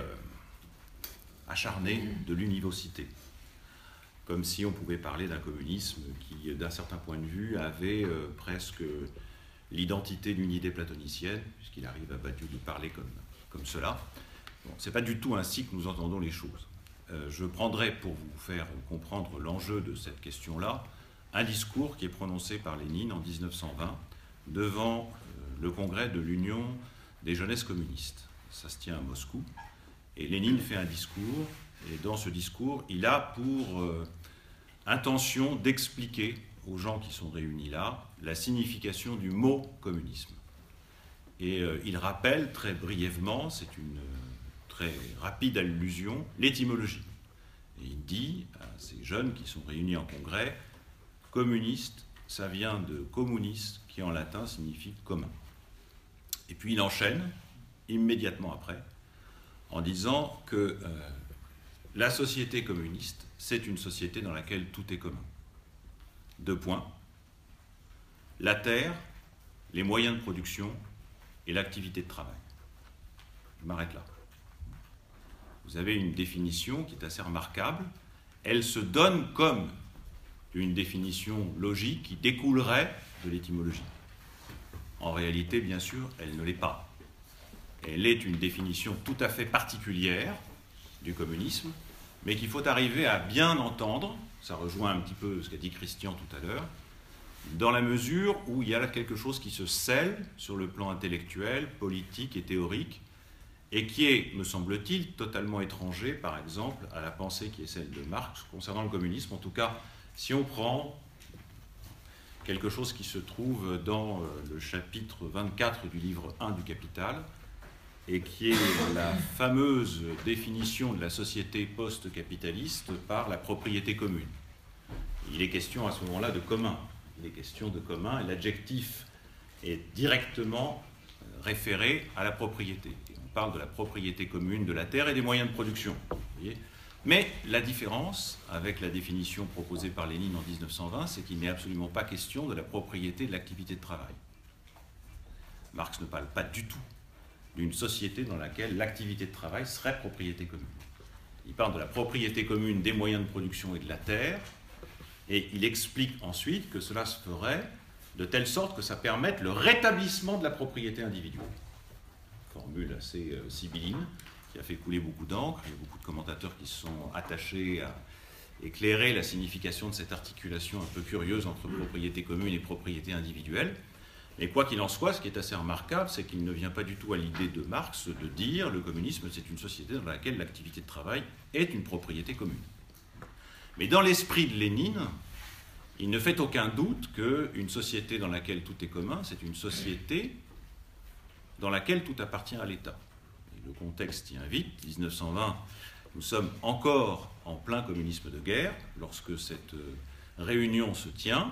Speaker 2: acharné de l'univocité. Comme si on pouvait parler d'un communisme qui, d'un certain point de vue, avait presque l'identité d'une idée platonicienne, puisqu'il arrive à Badiou de parler comme cela. Bon, ce n'est pas du tout ainsi que nous entendons les choses. Je prendrai, pour vous faire comprendre l'enjeu de cette question-là, un discours qui est prononcé par Lénine en 1920 devant le congrès de l'Union des jeunesses communistes. Ça se tient à Moscou. Et Lénine fait un discours, et dans ce discours, il a pour intention d'expliquer aux gens qui sont réunis là la signification du mot communisme. Et il rappelle très brièvement, c'est une très rapide allusion, l'étymologie. Et il dit à ces jeunes qui sont réunis en congrès, communiste, ça vient de communis, qui en latin signifie commun. Et puis il enchaîne, immédiatement après, en disant que la société communiste, c'est une société dans laquelle tout est commun. 2 points. La terre, les moyens de production et l'activité de travail. Je m'arrête là. Vous avez une définition qui est assez remarquable. Elle se donne comme une définition logique qui découlerait de l'étymologie. En réalité, bien sûr, elle ne l'est pas. Elle est une définition tout à fait particulière du communisme, mais qu'il faut arriver à bien entendre, ça rejoint un petit peu ce qu'a dit Christian tout à l'heure, dans la mesure où il y a là quelque chose qui se scelle sur le plan intellectuel, politique et théorique, et qui est, me semble-t-il, totalement étranger, par exemple, à la pensée qui est celle de Marx concernant le communisme. En tout cas, si on prend quelque chose qui se trouve dans le chapitre 24 du livre 1 du Capital, et qui est la fameuse définition de la société post-capitaliste par la propriété commune. Il est question à ce moment-là de commun. Il est question de commun, et l'adjectif est directement référé à la propriété. Et on parle de la propriété commune de la terre et des moyens de production. Vous voyez ? Mais la différence avec la définition proposée par Lénine en 1920, c'est qu'il n'est absolument pas question de la propriété de l'activité de travail. Marx ne parle pas du tout d'une société dans laquelle l'activité de travail serait propriété commune. Il parle de la propriété commune des moyens de production et de la terre, et il explique ensuite que cela se ferait de telle sorte que ça permette le rétablissement de la propriété individuelle. Formule assez sibylline, qui a fait couler beaucoup d'encre. Il y a beaucoup de commentateurs qui se sont attachés à éclairer la signification de cette articulation un peu curieuse entre propriété commune et propriété individuelle. Mais quoi qu'il en soit, ce qui est assez remarquable, c'est qu'il ne vient pas du tout à l'idée de Marx de dire le communisme, c'est une société dans laquelle l'activité de travail est une propriété commune. Mais dans l'esprit de Lénine, il ne fait aucun doute qu'une société dans laquelle tout est commun, c'est une société dans laquelle tout appartient à l'État. Et le contexte y invite. 1920, nous sommes encore en plein communisme de guerre, lorsque cette réunion se tient.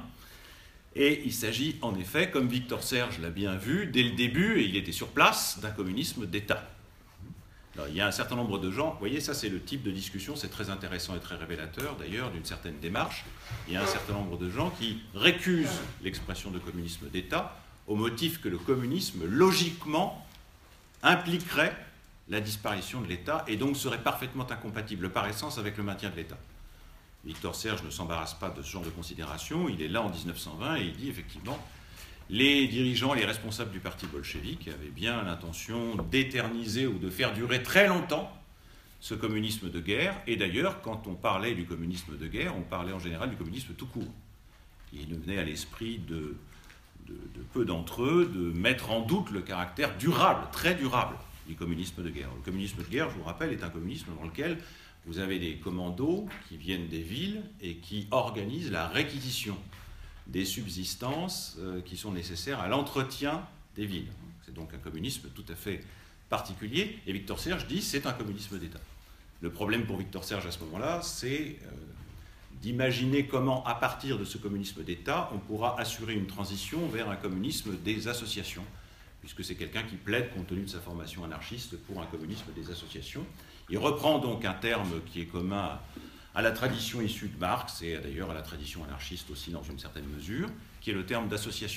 Speaker 2: Et il s'agit en effet, comme Victor Serge l'a bien vu, dès le début, et il était sur place, d'un communisme d'État. Alors, il y a un certain nombre de gens, vous voyez, ça c'est le type de discussion, c'est très intéressant et très révélateur d'ailleurs d'une certaine démarche. Il y a un certain nombre de gens qui récusent l'expression de communisme d'État au motif que le communisme, logiquement, impliquerait la disparition de l'État et donc serait parfaitement incompatible par essence avec le maintien de l'État. Victor Serge ne s'embarrasse pas de ce genre de considération, il est là en 1920 et il dit effectivement les dirigeants, les responsables du parti bolchevique avaient bien l'intention d'éterniser ou de faire durer très longtemps ce communisme de guerre, et d'ailleurs quand on parlait du communisme de guerre, on parlait en général du communisme tout court. Il ne venait à l'esprit de peu d'entre eux de mettre en doute le caractère durable, très durable du communisme de guerre. Le communisme de guerre, je vous rappelle, est un communisme dans lequel vous avez des commandos qui viennent des villes et qui organisent la réquisition des subsistances qui sont nécessaires à l'entretien des villes. C'est donc un communisme tout à fait particulier. Et Victor Serge dit c'est un communisme d'État. Le problème pour Victor Serge à ce moment-là, c'est d'imaginer comment, à partir de ce communisme d'État, on pourra assurer une transition vers un communisme des associations, puisque c'est quelqu'un qui plaide, compte tenu de sa formation anarchiste, pour un communisme des associations. Il reprend donc un terme qui est commun à la tradition issue de Marx, et d'ailleurs à la tradition anarchiste aussi dans une certaine mesure, qui est le terme d'association.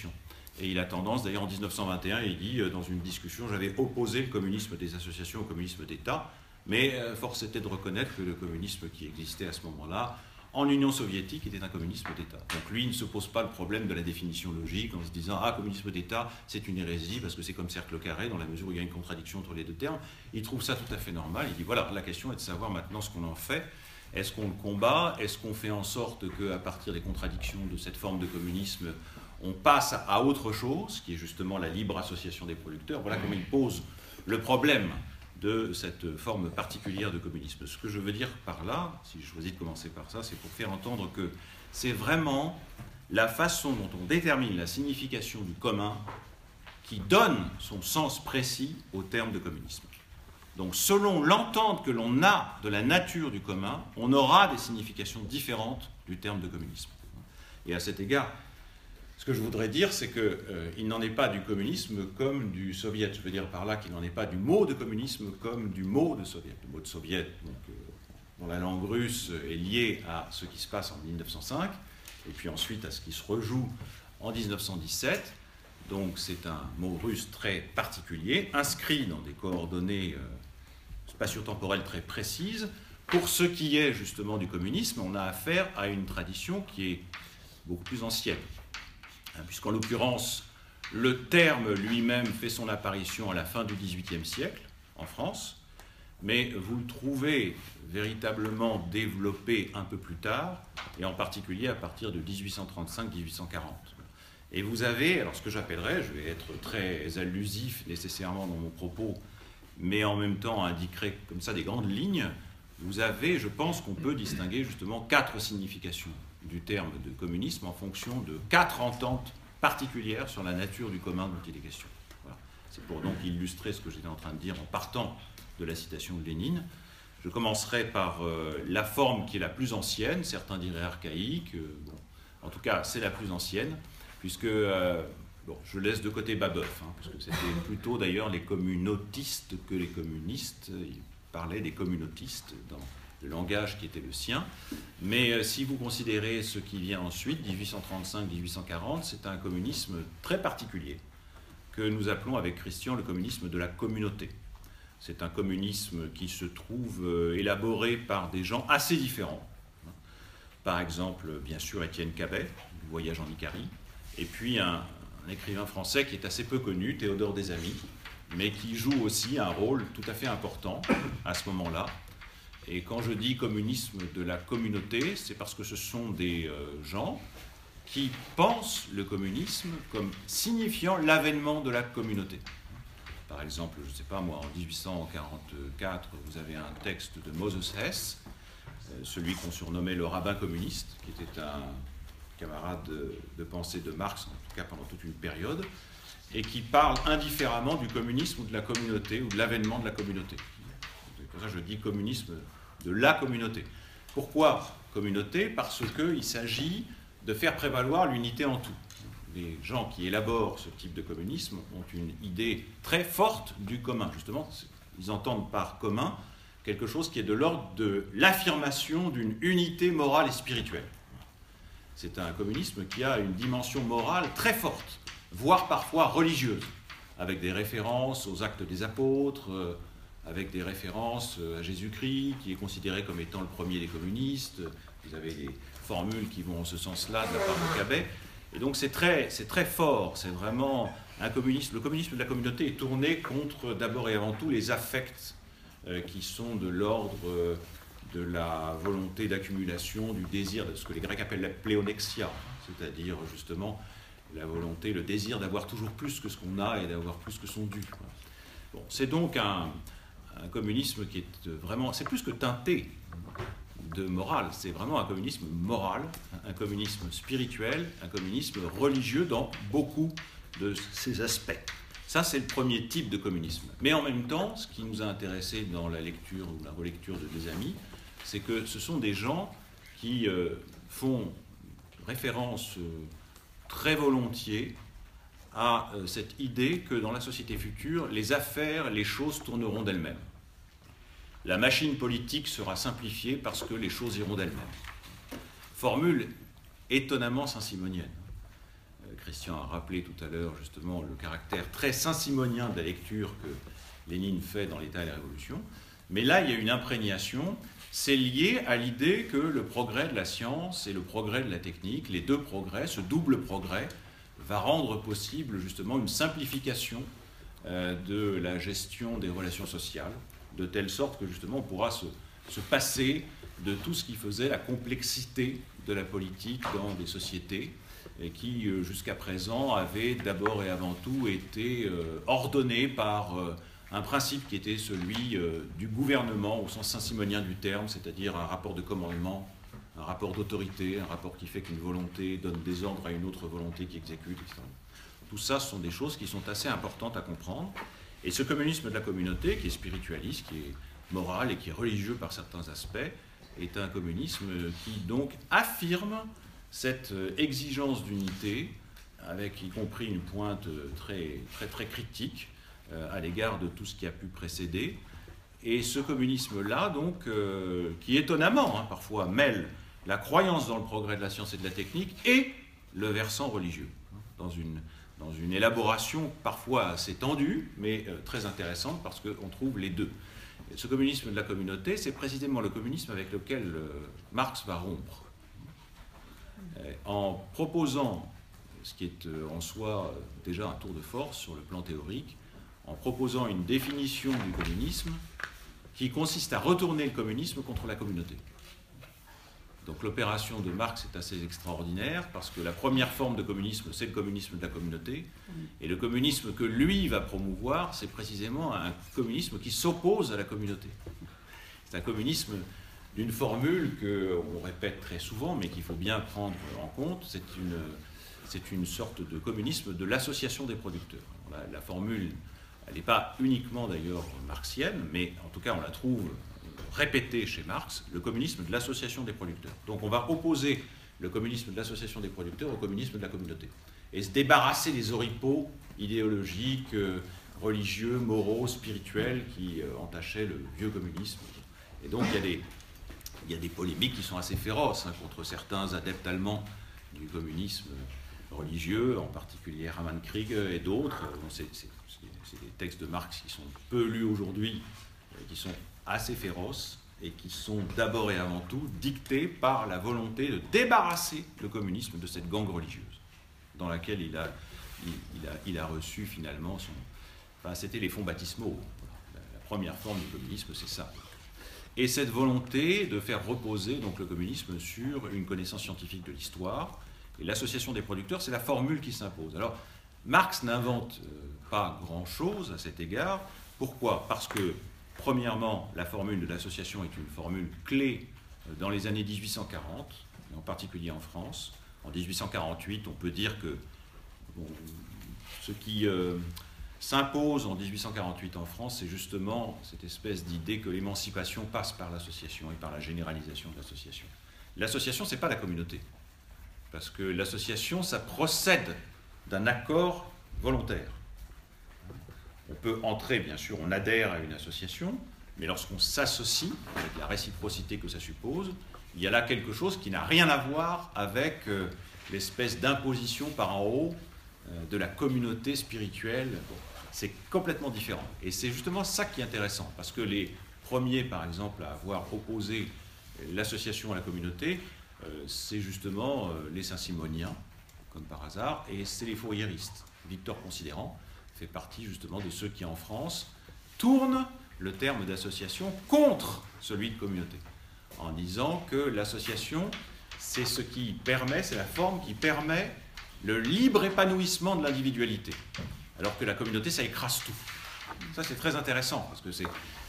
Speaker 2: Et il a tendance, d'ailleurs en 1921, il dit dans une discussion, j'avais opposé le communisme des associations au communisme d'État, mais force était de reconnaître que le communisme qui existait à ce moment-là, en Union soviétique, était un communisme d'État. Donc lui, il ne se pose pas le problème de la définition logique en se disant « Ah, communisme d'État, c'est une hérésie parce que c'est comme cercle carré, dans la mesure où il y a une contradiction entre les deux termes. » Il trouve ça tout à fait normal. Il dit « Voilà, la question est de savoir maintenant ce qu'on en fait. Est-ce qu'on le combat? Est-ce qu'on fait en sorte qu'à partir des contradictions de cette forme de communisme, on passe à autre chose, qui est justement la libre association des producteurs ?» Voilà comment il pose le problème de cette forme particulière de communisme. Ce que je veux dire par là, si je choisis de commencer par ça, c'est pour faire entendre que c'est vraiment la façon dont on détermine la signification du commun qui donne son sens précis au terme de communisme. Donc selon l'entente que l'on a de la nature du commun, on aura des significations différentes du terme de communisme. Et à cet égard, ce que je voudrais dire, c'est qu'il n'en est pas du communisme comme du soviet. Je veux dire par là qu'il n'en est pas du mot de communisme comme du mot de soviet. Le mot de soviet, donc, dans la langue russe, est lié à ce qui se passe en 1905, et puis ensuite à ce qui se rejoue en 1917. Donc c'est un mot russe très particulier, inscrit dans des coordonnées spatio-temporelles très précises. Pour ce qui est justement du communisme, on a affaire à une tradition qui est beaucoup plus ancienne. Puisqu'en l'occurrence, le terme lui-même fait son apparition à la fin du XVIIIe siècle, en France, mais vous le trouvez véritablement développé un peu plus tard, et en particulier à partir de 1835-1840. Et vous avez, alors ce que j'appellerais, je vais être très allusif nécessairement dans mon propos, mais en même temps indiquerai comme ça des grandes lignes, vous avez, je pense qu'on peut distinguer justement 4 significations du terme de communisme en fonction de 4 ententes particulières sur la nature du commun dont il est question. Voilà. C'est pour donc illustrer ce que j'étais en train de dire en partant de la citation de Lénine. Je commencerai par la forme qui est la plus ancienne, certains diraient archaïque, bon, en tout cas c'est la plus ancienne, puisque, bon, je laisse de côté Babeuf, parce que c'était plutôt d'ailleurs les communautistes que les communistes, il parlait des communautistes dans le langage qui était le sien, mais si vous considérez ce qui vient ensuite, 1835-1840, c'est un communisme très particulier, que nous appelons avec Christian le communisme de la communauté. C'est un communisme qui se trouve élaboré par des gens assez différents. Par exemple, bien sûr, Étienne Cabet, du Voyage en Icarie, et puis un écrivain français qui est assez peu connu, Théodore Desamis, mais qui joue aussi un rôle tout à fait important à ce moment-là. Et quand je dis communisme de la communauté, c'est parce que ce sont des gens qui pensent le communisme comme signifiant l'avènement de la communauté. Par exemple, je ne sais pas moi, en 1844, vous avez un texte de Moses Hess, celui qu'on surnommait le rabbin communiste, qui était un camarade de pensée de Marx, en tout cas pendant toute une période, et qui parle indifféremment du communisme ou de la communauté, ou de l'avènement de la communauté. C'est pour ça que je dis communisme de la communauté. Pourquoi communauté? Parce qu'il s'agit de faire prévaloir l'unité en tout. Les gens qui élaborent ce type de communisme ont une idée très forte du commun. Justement, ils entendent par commun quelque chose qui est de l'ordre de l'affirmation d'une unité morale et spirituelle. C'est un communisme qui a une dimension morale très forte, voire parfois religieuse, avec des références aux actes des apôtres, avec des références à Jésus-Christ, qui est considéré comme étant le premier des communistes. Vous avez des formules qui vont en ce sens-là de la part de Cabet. Et donc c'est très fort, c'est vraiment un communisme. Le communisme de la communauté est tourné contre d'abord et avant tout les affects qui sont de l'ordre de la volonté d'accumulation, du désir, de ce que les Grecs appellent la pléonexia, c'est-à-dire justement la volonté, le désir d'avoir toujours plus que ce qu'on a et d'avoir plus que son dû. Bon, c'est donc un communisme qui est vraiment, c'est plus que teinté de morale, c'est vraiment un communisme moral, un communisme spirituel, un communisme religieux dans beaucoup de ses aspects. Ça, c'est le premier type de communisme. Mais en même temps, ce qui nous a intéressés dans la lecture ou la relecture de Desamis, c'est que ce sont des gens qui font référence très volontiers à cette idée que dans la société future, les affaires, les choses tourneront d'elles-mêmes. La machine politique sera simplifiée parce que les choses iront d'elles-mêmes. Formule étonnamment saint-simonienne. Christian a rappelé tout à l'heure justement le caractère très saint-simonien de la lecture que Lénine fait dans l'État et la Révolution. Mais là, il y a une imprégnation. C'est lié à l'idée que le progrès de la science et le progrès de la technique, les deux progrès, ce double progrès, va rendre possible justement une simplification de la gestion des relations sociales, de telle sorte que justement on pourra se passer de tout ce qui faisait la complexité de la politique dans des sociétés et qui jusqu'à présent avait d'abord et avant tout été ordonné par un principe qui était celui du gouvernement au sens saint-simonien du terme, c'est-à-dire un rapport de commandement, un rapport d'autorité, un rapport qui fait qu'une volonté donne des ordres à une autre volonté qui exécute, etc. Tout ça, ce sont des choses qui sont assez importantes à comprendre. Et ce communisme de la communauté, qui est spiritualiste, qui est moral et qui est religieux par certains aspects, est un communisme qui donc affirme cette exigence d'unité, avec y compris une pointe très, très, très critique à l'égard de tout ce qui a pu précéder. Et ce communisme-là, donc, qui étonnamment, parfois, mêle la croyance dans le progrès de la science et de la technique et le versant religieux, dans une élaboration parfois assez tendue, mais très intéressante, parce qu'on trouve les deux. Et ce communisme de la communauté, c'est précisément le communisme avec lequel Marx va rompre. En proposant, ce qui est en soi déjà un tour de force sur le plan théorique, en proposant une définition du communisme qui consiste à retourner le communisme contre la communauté. Donc l'opération de Marx est assez extraordinaire parce que la première forme de communisme, c'est le communisme de la communauté. Et le communisme que lui va promouvoir, c'est précisément un communisme qui s'oppose à la communauté. C'est un communisme d'une formule qu'on répète très souvent, mais qu'il faut bien prendre en compte. C'est une sorte de communisme de l'association des producteurs. La formule, elle n'est pas uniquement d'ailleurs marxienne, mais en tout cas on la trouve répétée chez Marx, le communisme de l'association des producteurs. Donc on va opposer le communisme de l'association des producteurs au communisme de la communauté. Et se débarrasser des oripeaux idéologiques, religieux, moraux, spirituels qui entachaient le vieux communisme. Et donc il y a des polémiques qui sont assez féroces contre certains adeptes allemands du communisme religieux, en particulier Hermann Krieg et d'autres. C'est des textes de Marx qui sont peu lus aujourd'hui, qui sont assez féroces et qui sont d'abord et avant tout dictés par la volonté de débarrasser le communisme de cette gangue religieuse dans laquelle il a reçu finalement son... Enfin, c'était les fonds baptismaux. La première forme du communisme, c'est ça. Et cette volonté de faire reposer donc le communisme sur une connaissance scientifique de l'histoire. Et l'association des producteurs, c'est la formule qui s'impose. Alors, Marx n'invente pas grand-chose à cet égard. Pourquoi ? Parce que, premièrement, la formule de l'association est une formule clé dans les années 1840, et en particulier en France. En 1848, on peut dire que ce qui s'impose en 1848 en France, c'est justement cette espèce d'idée que l'émancipation passe par l'association et par la généralisation de l'association. L'association, ce n'est pas la communauté. Parce que l'association, ça procède d'un accord volontaire. On peut entrer, bien sûr, on adhère à une association, mais lorsqu'on s'associe, avec la réciprocité que ça suppose, il y a là quelque chose qui n'a rien à voir avec l'espèce d'imposition par en haut de la communauté spirituelle. Bon, c'est complètement différent. Et c'est justement ça qui est intéressant, parce que les premiers, par exemple, à avoir opposé l'association à la communauté, c'est justement les Saint-Simoniens, comme par hasard, et c'est les fourriéristes. Victor Considérant fait partie justement de ceux qui, en France, tournent le terme d'association contre celui de communauté, en disant que l'association, c'est ce qui permet, c'est la forme qui permet le libre épanouissement de l'individualité, alors que la communauté, ça écrase tout. Ça, c'est très intéressant, parce que c'est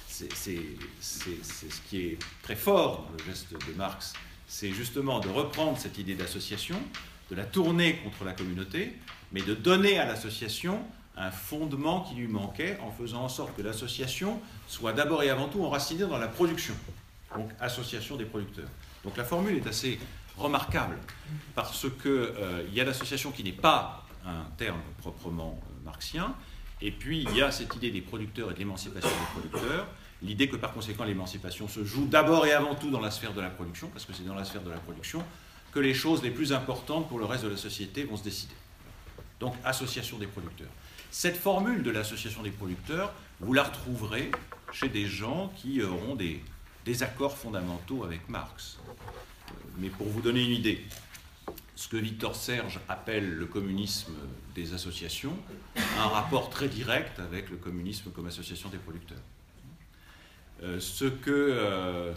Speaker 2: ce qui est très fort dans le geste de Marx, c'est justement de reprendre cette idée d'association, de la tourner contre la communauté, mais de donner à l'association un fondement qui lui manquait en faisant en sorte que l'association soit d'abord et avant tout enracinée dans la production, donc association des producteurs. Donc la formule est assez remarquable parce qu'il y a l'association qui n'est pas un terme proprement marxien, et puis il y a cette idée des producteurs et de l'émancipation des producteurs, l'idée que par conséquent l'émancipation se joue d'abord et avant tout dans la sphère de la production, parce que c'est dans la sphère de la production que les choses les plus importantes pour le reste de la société vont se décider. Donc, association des producteurs. Cette formule de l'association des producteurs, vous la retrouverez chez des gens qui auront des désaccords fondamentaux avec Marx. Mais pour vous donner une idée, ce que Victor Serge appelle le communisme des associations a un rapport très direct avec le communisme comme association des producteurs. Ce que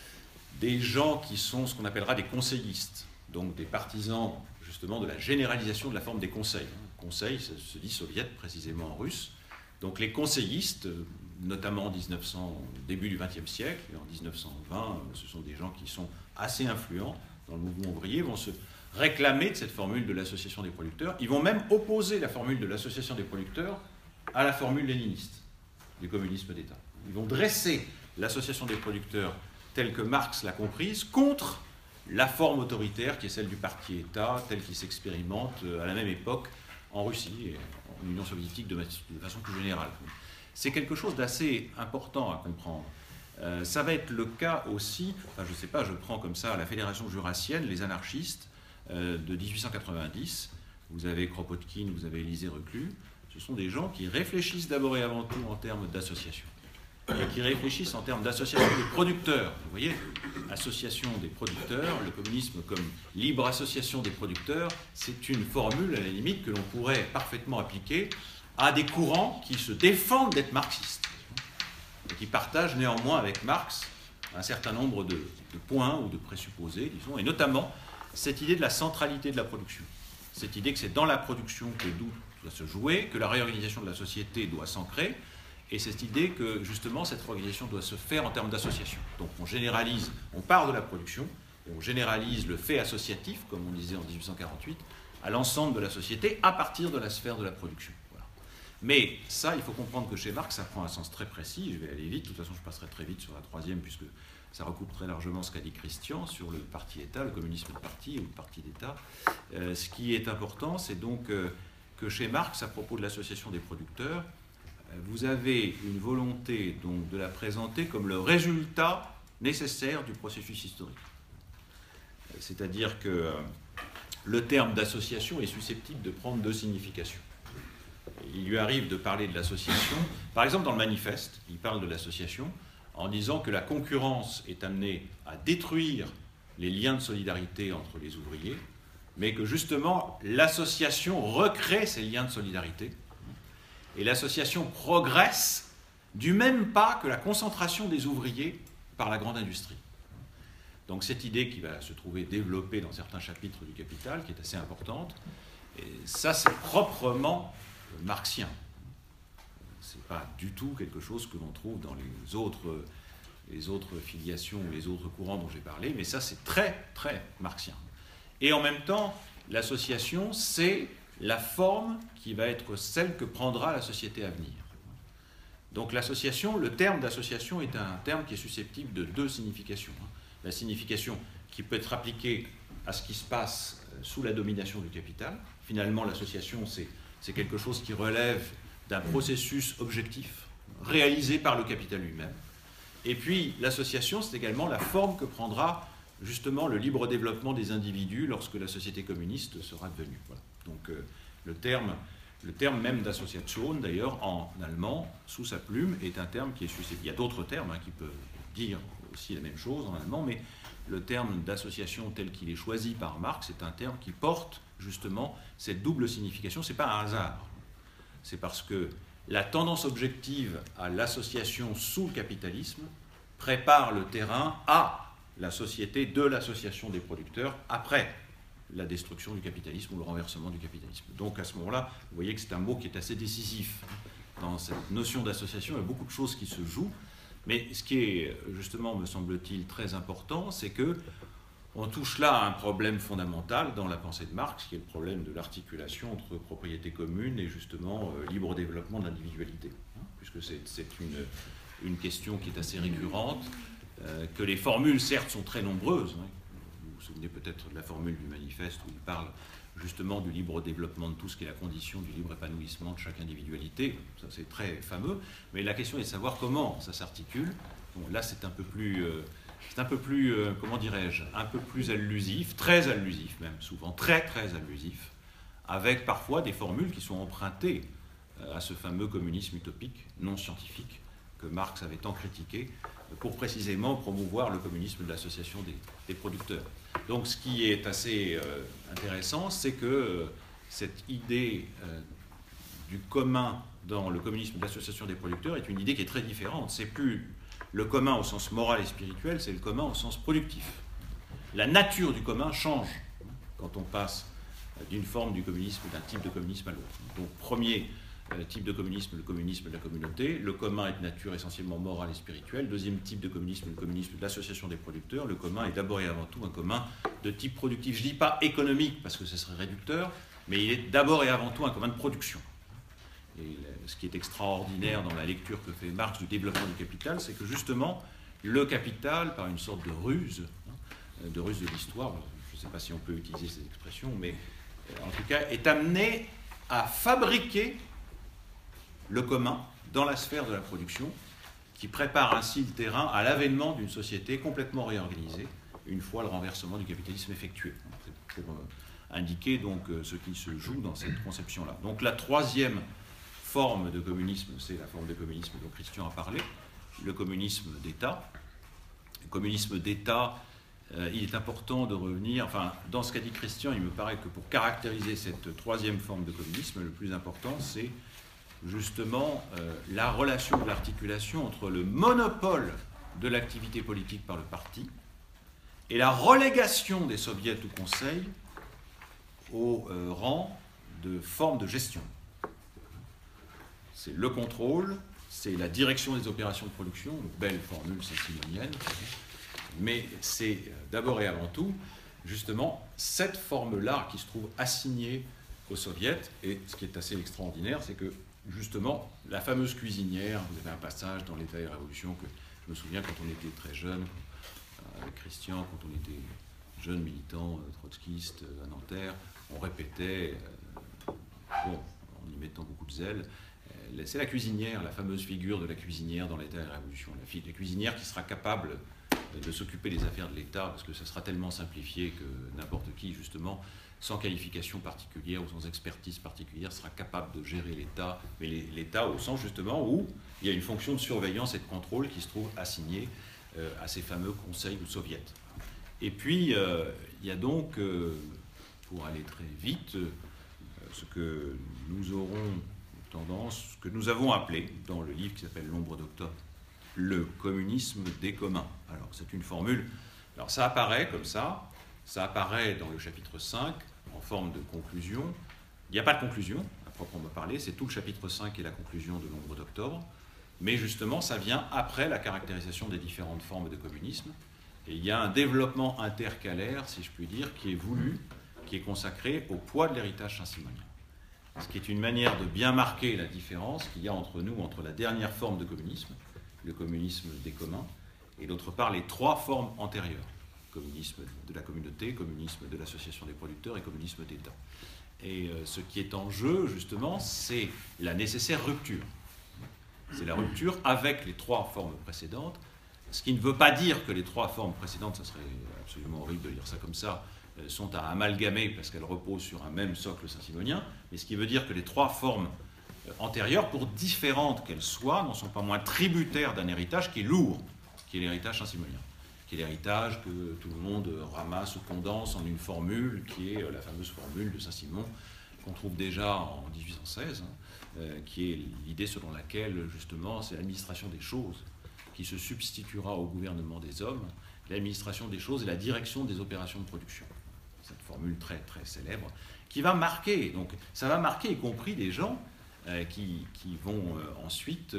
Speaker 2: des gens qui sont ce qu'on appellera des conseillistes, donc des partisans justement de la généralisation de la forme des conseils. Conseil, ça se dit soviet précisément en russe. Donc les conseillistes, notamment en 1900, début du XXe siècle, et en 1920, ce sont des gens qui sont assez influents dans le mouvement ouvrier, vont se réclamer de cette formule de l'association des producteurs. Ils vont même opposer la formule de l'association des producteurs à la formule léniniste du communisme d'État. Ils vont dresser l'association des producteurs telle que Marx l'a comprise contre la forme autoritaire qui est celle du parti-État, telle qu'il s'expérimente à la même époque en Russie et en Union soviétique de façon plus générale. C'est quelque chose d'assez important à comprendre. Ça va être le cas aussi, enfin je ne sais pas, je prends comme ça la Fédération jurassienne, les anarchistes de 1890, vous avez Kropotkin, vous avez Élisée Reclus, ce sont des gens qui réfléchissent d'abord et avant tout en termes d'association, et qui réfléchissent en termes d'association des producteurs. Vous voyez, association des producteurs, le communisme comme libre association des producteurs, c'est une formule à la limite que l'on pourrait parfaitement appliquer à des courants qui se défendent d'être marxistes et qui partagent néanmoins avec Marx un certain nombre de points ou de présupposés, disons, et notamment cette idée de la centralité de la production. Cette idée que c'est dans la production que tout doit se jouer, que la réorganisation de la société doit s'ancrer, et cette idée que justement cette réorganisation doit se faire en termes d'association. Donc on généralise, on part de la production, et on généralise le fait associatif, comme on disait en 1848, à l'ensemble de la société à partir de la sphère de la production. Voilà. Mais ça, il faut comprendre que chez Marx, ça prend un sens très précis. Je vais aller vite, de toute façon je passerai très vite sur la troisième, puisque ça recoupe très largement ce qu'a dit Christian sur le parti-État, le communisme de parti ou le parti d'État. Ce qui est important, c'est donc que chez Marx, à propos de l'association des producteurs, vous avez une volonté donc de la présenter comme le résultat nécessaire du processus historique. C'est-à-dire que le terme d'association est susceptible de prendre deux significations. Il lui arrive de parler de l'association. Par exemple, dans le manifeste, il parle de l'association en disant que la concurrence est amenée à détruire les liens de solidarité entre les ouvriers, mais que justement l'association recrée ces liens de solidarité. Et l'association progresse du même pas que la concentration des ouvriers par la grande industrie. Donc cette idée qui va se trouver développée dans certains chapitres du Capital, qui est assez importante, et ça c'est proprement marxien. Ce n'est pas du tout quelque chose que l'on trouve dans les autres filiations ou les autres courants dont j'ai parlé, mais ça c'est très très marxien. Et en même temps, l'association c'est la forme qui va être celle que prendra la société à venir. Donc l'association, le terme d'association est un terme qui est susceptible de deux significations. La signification qui peut être appliquée à ce qui se passe sous la domination du capital. Finalement, l'association, c'est quelque chose qui relève d'un processus objectif réalisé par le capital lui-même. Et puis, l'association, c'est également la forme que prendra justement le libre développement des individus lorsque la société communiste sera devenue. Voilà. Donc le terme même d'association, d'ailleurs, en allemand, sous sa plume, est un terme qui est susceptible. Il y a d'autres termes qui peuvent dire aussi la même chose en allemand, mais le terme d'association tel qu'il est choisi par Marx est un terme qui porte justement cette double signification. Ce n'est pas un hasard. C'est parce que la tendance objective à l'association sous le capitalisme prépare le terrain à la société de l'association des producteurs après la destruction du capitalisme ou le renversement du capitalisme. Donc à ce moment-là, vous voyez que c'est un mot qui est assez décisif dans cette notion d'association. Il y a beaucoup de choses qui se jouent, mais ce qui est justement, me semble-t-il, très important, c'est que on touche là à un problème fondamental dans la pensée de Marx, qui est le problème de l'articulation entre propriété commune et justement libre développement de l'individualité, puisque c'est une question qui est assez récurrente, que les formules, certes, sont très nombreuses. Vous vous souvenez peut-être de la formule du manifeste où il parle justement du libre développement de tout ce qui est la condition du libre épanouissement de chaque individualité. Ça, c'est très fameux. Mais la question est de savoir comment ça s'articule. Bon, là, c'est un peu plus, comment dirais-je, un peu plus allusif, très allusif même, souvent très très allusif avec parfois des formules qui sont empruntées à ce fameux communisme utopique, non scientifique, que Marx avait tant critiqué, pour précisément promouvoir le communisme de l'association des producteurs. Donc ce qui est assez intéressant, c'est que cette idée du commun dans le communisme de l'association des producteurs est une idée qui est très différente. C'est plus le commun au sens moral et spirituel, c'est le commun au sens productif. La nature du commun change quand on passe d'une forme du communisme, d'un type de communisme à l'autre. Donc premier type de communisme, le communisme de la communauté. Le commun est de nature essentiellement morale et spirituelle. Deuxième type de communisme, le communisme de l'association des producteurs. Le commun est d'abord et avant tout un commun de type productif. Je ne dis pas économique parce que ce serait réducteur, mais il est d'abord et avant tout un commun de production. Et ce qui est extraordinaire dans la lecture que fait Marx du développement du capital, c'est que justement, le capital, par une sorte de ruse de l'histoire, je ne sais pas si on peut utiliser cette expression, mais en tout cas, est amené à fabriquer le commun dans la sphère de la production, qui prépare ainsi le terrain à l'avènement d'une société complètement réorganisée, une fois le renversement du capitalisme effectué. C'est pour indiquer donc ce qui se joue dans cette conception-là. Donc la troisième forme de communisme, c'est la forme de communisme dont Christian a parlé, le communisme d'État. Le communisme d'État, il est important de revenir, enfin, dans ce qu'a dit Christian, il me paraît que pour caractériser cette troisième forme de communisme, le plus important, c'est justement la relation de l'articulation entre le monopole de l'activité politique par le parti et la relégation des soviets ou conseils au rang de forme de gestion. C'est le contrôle, c'est la direction des opérations de production, une belle formule saint-simonienne, mais c'est d'abord et avant tout justement cette forme-là qui se trouve assignée aux soviets, et ce qui est assez extraordinaire, c'est que justement, la fameuse cuisinière, vous avez un passage dans l'État et la Révolution que je me souviens quand on était très jeune, avec Christian, quand on était jeune militant trotskiste à Nanterre, on répétait, en y mettant beaucoup de zèle, c'est la cuisinière, la fameuse figure de la cuisinière dans l'État et la Révolution. La cuisinière qui sera capable de s'occuper des affaires de l'État, parce que ça sera tellement simplifié que n'importe qui, justement, sans qualification particulière ou sans expertise particulière, sera capable de gérer l'État, mais l'État au sens justement où il y a une fonction de surveillance et de contrôle qui se trouve assignée à ces fameux conseils ou soviets. Et puis, il y a donc, pour aller très vite, ce que nous aurons tendance, ce que nous avons appelé dans le livre qui s'appelle L'ombre d'octobre, le communisme des communs. Alors, c'est une formule, alors ça apparaît comme ça apparaît dans le chapitre 5, en forme de conclusion. Il n'y a pas de conclusion, à proprement parler, c'est tout le chapitre 5 et la conclusion de l'ombre d'octobre, mais justement, ça vient après la caractérisation des différentes formes de communisme, et il y a un développement intercalaire, si je puis dire, qui est voulu, qui est consacré au poids de l'héritage saint-simonien. Ce qui est une manière de bien marquer la différence qu'il y a entre nous, entre la dernière forme de communisme, le communisme des communs, et d'autre part les trois formes antérieures. Communisme de la communauté, communisme de l'association des producteurs et communisme d'État. Et ce qui est en jeu, justement, c'est la nécessaire rupture. C'est la rupture avec les trois formes précédentes, ce qui ne veut pas dire que les trois formes précédentes, ça serait absolument horrible de lire ça comme ça, sont à amalgamer parce qu'elles reposent sur un même socle saint-simonien, mais ce qui veut dire que les trois formes antérieures, pour différentes qu'elles soient, n'en sont pas moins tributaires d'un héritage qui est lourd, qui est l'héritage saint-simonien. Qui est l'héritage que tout le monde ramasse ou condense en une formule, qui est la fameuse formule de Saint-Simon, qu'on trouve déjà en 1816, qui est l'idée selon laquelle, justement, c'est l'administration des choses qui se substituera au gouvernement des hommes, l'administration des choses et la direction des opérations de production. Cette formule très, très célèbre, qui va marquer, donc ça va marquer y compris des gens qui vont ensuite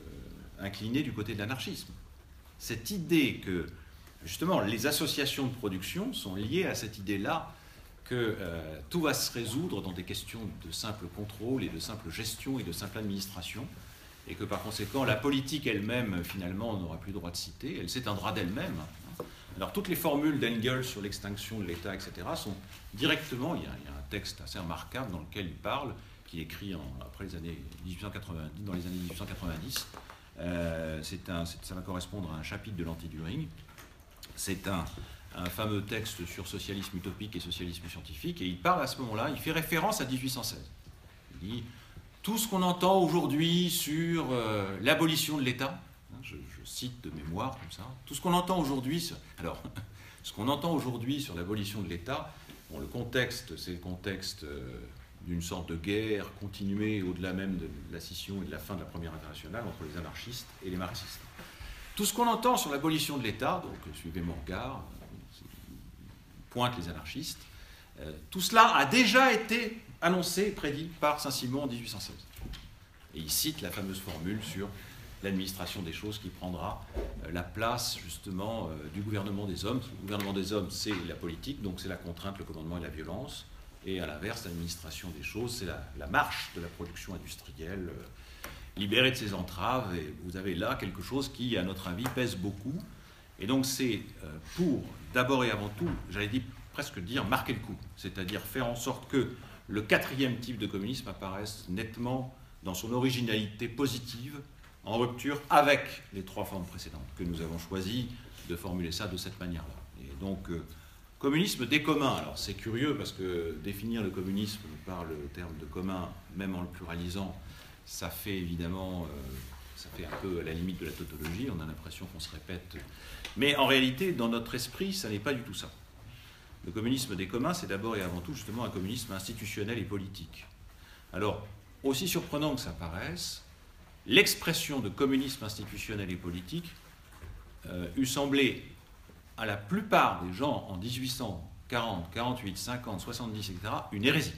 Speaker 2: incliner du côté de l'anarchisme. Cette idée que justement, les associations de production sont liées à cette idée-là que tout va se résoudre dans des questions de simple contrôle et de simple gestion et de simple administration, et que par conséquent, la politique elle-même, finalement, on n'aura plus le droit de citer, elle s'éteindra d'elle-même. Alors, toutes les formules d'Engels sur l'extinction de l'État, etc., sont directement, il y a un texte assez remarquable dans lequel il parle, qu'il écrit après les années 1890, dans les années 1890, ça va correspondre à un chapitre de l'Anti-Düring. C'est un un fameux texte sur socialisme utopique et socialisme scientifique, et il parle à ce moment-là, il fait référence à 1816. Il dit tout ce qu'on entend aujourd'hui sur l'abolition de l'État, je cite de mémoire comme ça, tout ce qu'on entend aujourd'hui, ce qu'on entend aujourd'hui sur l'abolition de l'État, bon, le contexte, c'est le contexte d'une sorte de guerre continuée au-delà même de la scission et de la fin de la Première Internationale entre les anarchistes et les marxistes. Tout ce qu'on entend sur l'abolition de l'État, donc suivez mon regard, pointe les anarchistes, tout cela a déjà été annoncé et prédit par Saint-Simon en 1816. Et il cite la fameuse formule sur l'administration des choses qui prendra la place justement du gouvernement des hommes. Le gouvernement des hommes, c'est la politique, donc c'est la contrainte, le commandement et la violence. Et à l'inverse, l'administration des choses, c'est la marche de la production industrielle, libérée de ses entraves. Et vous avez là quelque chose qui, à notre avis, pèse beaucoup. Et donc c'est pour, d'abord et avant tout, j'allais presque dire, marquer le coup. C'est-à-dire faire en sorte que le quatrième type de communisme apparaisse nettement dans son originalité positive, en rupture avec les trois formes précédentes, que nous avons choisi de formuler ça de cette manière-là. Et donc, communisme des communs. Alors c'est curieux parce que définir le communisme par le terme de commun, même en le pluralisant, ça fait évidemment, ça fait un peu à la limite de la tautologie, on a l'impression qu'on se répète. Mais en réalité, dans notre esprit, ça n'est pas du tout ça. Le communisme des communs, c'est d'abord et avant tout justement un communisme institutionnel et politique. Alors, aussi surprenant que ça paraisse, l'expression de communisme institutionnel et politique eût semblé à la plupart des gens en 1840, 48, 50, 70, etc., une hérésie.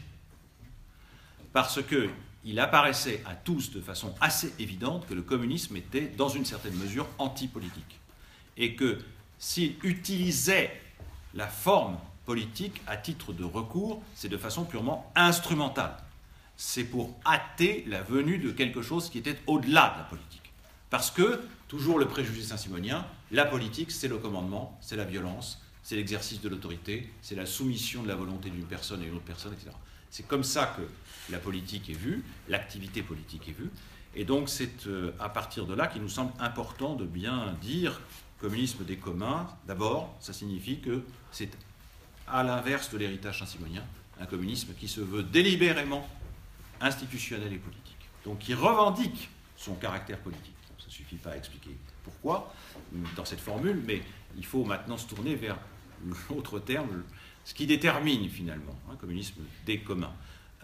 Speaker 2: Parce qu'il apparaissait à tous de façon assez évidente que le communisme était, dans une certaine mesure, anti-politique. Et que s'il utilisait la forme politique à titre de recours, c'est de façon purement instrumentale. C'est pour hâter la venue de quelque chose qui était au-delà de la politique. Parce que, toujours le préjugé saint-simonien, la politique, c'est le commandement, c'est la violence, c'est l'exercice de l'autorité, c'est la soumission de la volonté d'une personne à une autre personne, etc. C'est comme ça que la politique est vue, l'activité politique est vue, et donc c'est à partir de là qu'il nous semble important de bien dire communisme des communs. D'abord, ça signifie que c'est à l'inverse de l'héritage saint-simonien, un communisme qui se veut délibérément institutionnel et politique, donc qui revendique son caractère politique. Ça ne suffit pas à expliquer pourquoi dans cette formule, mais il faut maintenant se tourner vers l'autre terme, ce qui détermine finalement, communisme des communs.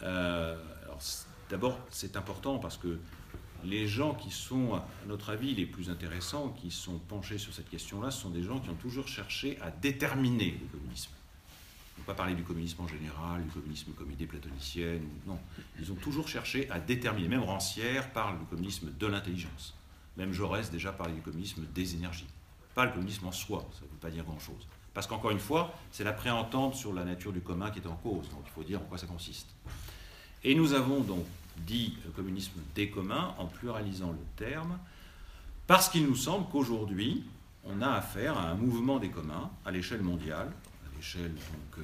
Speaker 2: D'abord, c'est important parce que les gens qui sont, à notre avis, les plus intéressants, qui sont penchés sur cette question-là, ce sont des gens qui ont toujours cherché à déterminer le communisme. On ne va pas parler du communisme en général, du communisme comme idée platonicienne, non. Ils ont toujours cherché à déterminer. Même Rancière parle du communisme de l'intelligence. Même Jaurès déjà parle du communisme des énergies. Pas le communisme en soi, ça ne veut pas dire grand-chose. Parce qu'encore une fois, c'est la préentente sur la nature du commun qui est en cause. Donc il faut dire en quoi ça consiste. Et nous avons donc dit communisme des communs en pluralisant le terme, parce qu'il nous semble qu'aujourd'hui, on a affaire à un mouvement des communs à l'échelle mondiale, à l'échelle donc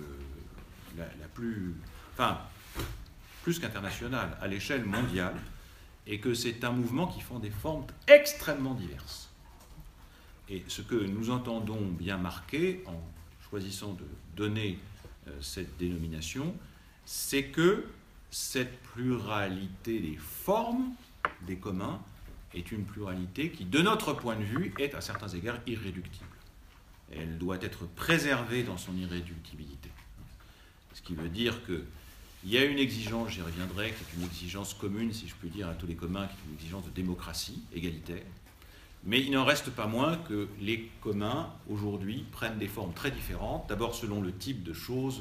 Speaker 2: la plus, enfin, plus qu'internationale, à l'échelle mondiale, et que c'est un mouvement qui prend des formes extrêmement diverses. Et ce que nous entendons bien marquer en choisissant de donner cette dénomination, c'est que cette pluralité des formes des communs est une pluralité qui, de notre point de vue, est à certains égards irréductible. Elle doit être préservée dans son irréductibilité. Ce qui veut dire qu'il y a une exigence, j'y reviendrai, qui est une exigence commune, si je puis dire, à tous les communs, qui est une exigence de démocratie égalitaire. Mais il n'en reste pas moins que les communs, aujourd'hui, prennent des formes très différentes, d'abord selon le type de choses,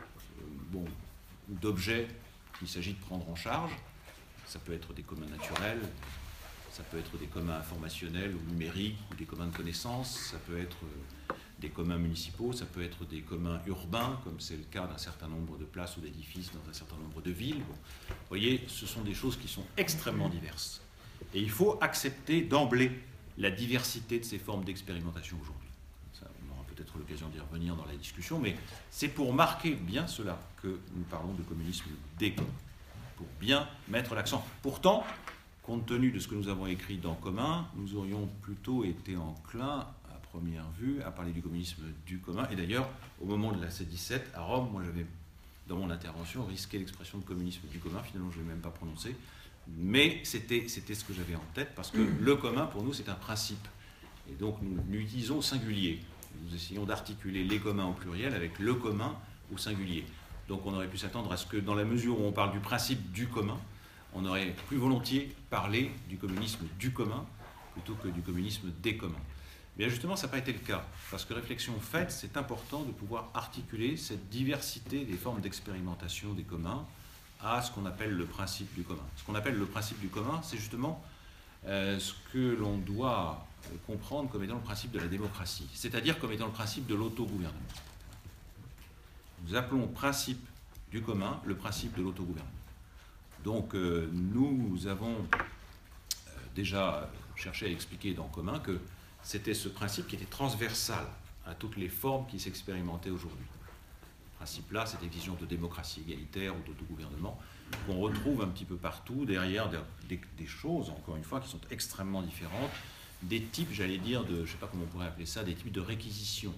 Speaker 2: ou d'objets qu'il s'agit de prendre en charge. Ça peut être des communs naturels, ça peut être des communs informationnels ou numériques, ou des communs de connaissances, ça peut être des communs municipaux, ça peut être des communs urbains, comme c'est le cas d'un certain nombre de places ou d'édifices dans un certain nombre de villes. Bon. Vous voyez, ce sont des choses qui sont extrêmement diverses. Et il faut accepter d'emblée la diversité de ces formes d'expérimentation aujourd'hui. Ça, on aura peut-être l'occasion d'y revenir dans la discussion, mais c'est pour marquer bien cela que nous parlons de communisme des communs, pour bien mettre l'accent. Pourtant, compte tenu de ce que nous avons écrit dans Commun, nous aurions plutôt été enclins à première vue à parler du communisme du commun. Et d'ailleurs, au moment de la C17, à Rome, moi j'avais, dans mon intervention, risqué l'expression de communisme du commun. Finalement, je ne l'ai même pas prononcé. Mais c'était ce que j'avais en tête, parce que le commun, pour nous, c'est un principe. Et donc, nous l'utilisons au singulier. Nous essayons d'articuler les communs au pluriel avec le commun au singulier. Donc, on aurait pu s'attendre à ce que, dans la mesure où on parle du principe du commun, on aurait plus volontiers parlé du communisme du commun plutôt que du communisme des communs. Mais justement, ça n'a pas été le cas, parce que réflexion faite, c'est important de pouvoir articuler cette diversité des formes d'expérimentation des communs à ce qu'on appelle le principe du commun. Ce qu'on appelle le principe du commun, c'est justement ce que l'on doit comprendre comme étant le principe de la démocratie, c'est-à-dire comme étant le principe de l'autogouvernement. Nous appelons principe du commun le principe de l'autogouvernement. Donc nous avons déjà cherché à expliquer dans Commun que c'était ce principe qui était transversal à toutes les formes qui s'expérimentaient aujourd'hui. Ce principe-là, cette exigence de démocratie égalitaire ou d'autogouvernement, qu'on retrouve un petit peu partout derrière des choses, encore une fois, qui sont extrêmement différentes, des types, j'allais dire, je ne sais pas comment on pourrait appeler ça, des types de réquisition.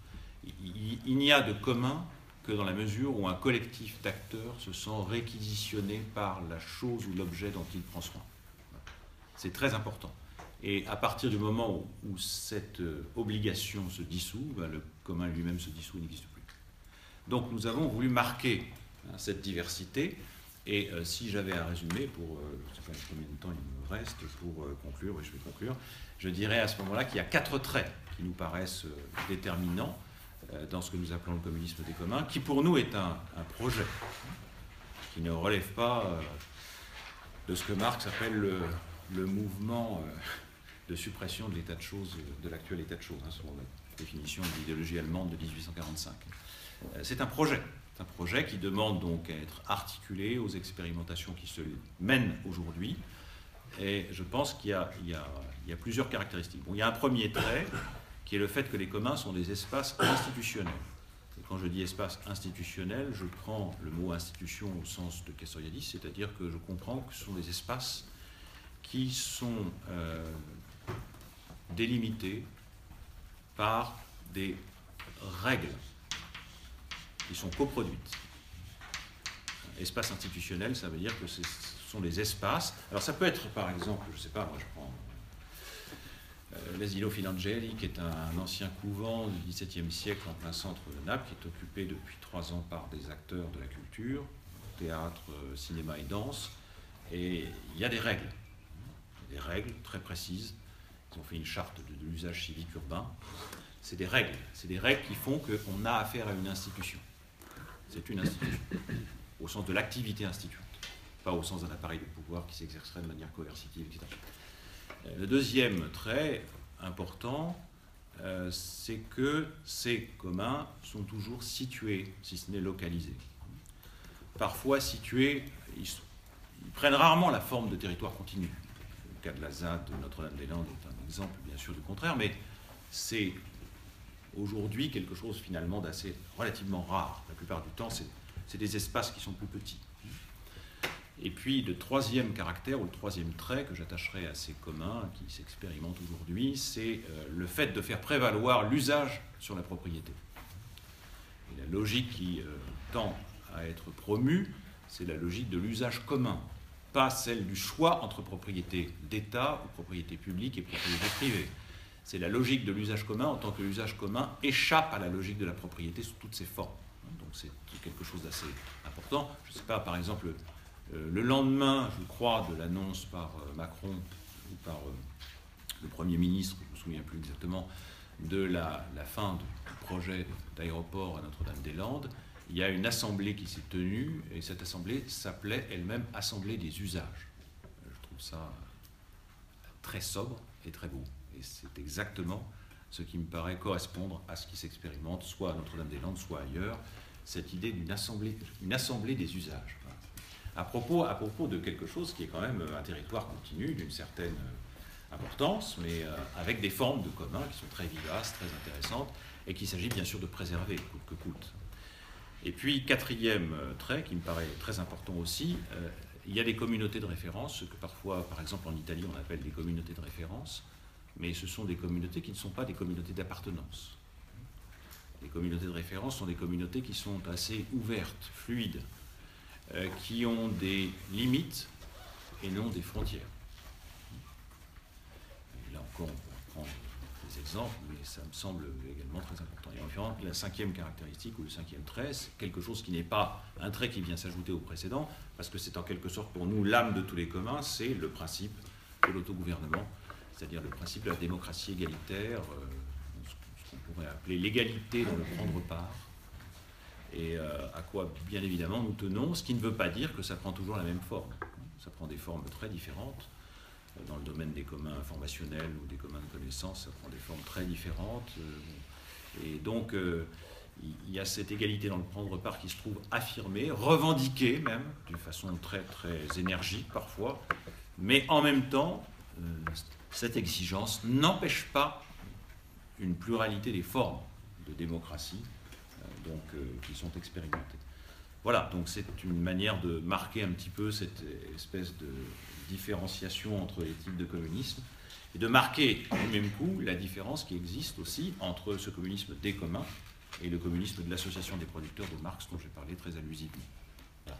Speaker 2: Il n'y a de commun que dans la mesure où un collectif d'acteurs se sent réquisitionné par la chose ou l'objet dont il prend soin. C'est très important. Et à partir du moment où cette obligation se dissout, le commun lui-même se dissout et n'existe plus. Donc nous avons voulu marquer cette diversité. Et si j'avais à résumer, je ne sais pas combien de temps il me reste pour conclure, oui, je vais conclure, je dirais à ce moment-là qu'il y a 4 traits qui nous paraissent déterminants dans ce que nous appelons le communisme des communs, qui pour nous est un projet qui ne relève pas de ce que Marx appelle le mouvement de suppression de l'état de choses, de l'actuel état de choses, selon la définition de l'idéologie allemande de 1845. C'est un projet qui demande donc à être articulé aux expérimentations qui se mènent aujourd'hui. Et je pense qu'il y a plusieurs caractéristiques. Bon, il y a un premier trait qui est le fait que les communs sont des espaces institutionnels. Et quand je dis espace institutionnel, je prends le mot institution au sens de Castoriadis, c'est-à-dire que je comprends que ce sont des espaces qui sont délimités par des règles qui sont coproduites. Espace institutionnel, ça veut dire que ce sont des espaces. Alors ça peut être, par exemple, je ne sais pas, moi je prends l'Asilo Filangeli, qui est un ancien couvent du XVIIe siècle en plein centre de Naples, qui est occupé depuis 3 ans par des acteurs de la culture, théâtre, cinéma et danse. Et il y a des règles très précises. Ils ont fait une charte de l'usage civique urbain. C'est des règles qui font qu'on a affaire à une institution. C'est une institution, au sens de l'activité instituante, pas au sens d'un appareil de pouvoir qui s'exercerait de manière coercitive, etc. Le deuxième trait important, c'est que ces communs sont toujours situés, si ce n'est localisés. Parfois situés, ils prennent rarement la forme de territoire continu. Le cas de la ZAD de Notre-Dame-des-Landes est un exemple, bien sûr, du contraire, mais c'est aujourd'hui quelque chose finalement d'assez relativement rare. La plupart du temps, c'est des espaces qui sont plus petits. Et puis le troisième caractère ou le troisième trait que j'attacherai à ces communs qui s'expérimentent aujourd'hui, c'est le fait de faire prévaloir l'usage sur la propriété. Et la logique qui tend à être promue, c'est la logique de l'usage commun, pas celle du choix entre propriété d'État ou propriété publique et propriété privée. C'est la logique de l'usage commun en tant que l'usage commun échappe à la logique de la propriété sous toutes ses formes. Donc c'est quelque chose d'assez important. Je ne sais pas, par exemple, le lendemain, je crois, de l'annonce par Macron ou par le Premier ministre, je ne me souviens plus exactement, de la fin du projet d'aéroport à Notre-Dame-des-Landes, il y a une assemblée qui s'est tenue, et cette assemblée s'appelait elle-même Assemblée des usages. Je trouve ça très sobre et très beau. Et c'est exactement ce qui me paraît correspondre à ce qui s'expérimente, soit à Notre-Dame-des-Landes, soit ailleurs, cette idée d'une assemblée des usages. À propos de quelque chose qui est quand même un territoire continu, d'une certaine importance, mais avec des formes de commun qui sont très vivaces, très intéressantes, et qu'il s'agit bien sûr de préserver, coûte que coûte. Et puis, quatrième trait, qui me paraît très important aussi, il y a des communautés de référence, ce que parfois, par exemple en Italie, on appelle des communautés de référence. mais ce sont des communautés qui ne sont pas des communautés d'appartenance. Les communautés de référence sont des communautés qui sont assez ouvertes, fluides, qui ont des limites et non des frontières. Et là encore, on peut prendre des exemples, mais ça me semble également très important. Et enfin, la cinquième caractéristique, ou le cinquième trait, c'est quelque chose qui n'est pas un trait qui vient s'ajouter au précédent, parce que c'est en quelque sorte pour nous l'âme de tous les communs, c'est le principe de l'autogouvernement, c'est-à-dire le principe de la démocratie égalitaire, ce qu'on pourrait appeler l'égalité dans le prendre part, et à quoi, bien évidemment, nous tenons, ce qui ne veut pas dire que ça prend toujours la même forme. Ça prend des formes très différentes. Dans le domaine des communs informationnels ou des communs de connaissances, ça prend des formes très différentes. Et donc, il y a cette égalité dans le prendre part qui se trouve affirmée, revendiquée même, d'une façon très, très énergique parfois, mais en même temps, cette exigence n'empêche pas une pluralité des formes de démocratie qui sont expérimentées. Voilà, donc c'est une manière de marquer un petit peu cette espèce de différenciation entre les types de communisme et de marquer du même coup la différence qui existe aussi entre ce communisme des communs et le communisme de l'association des producteurs de Marx dont j'ai parlé très allusivement. Voilà.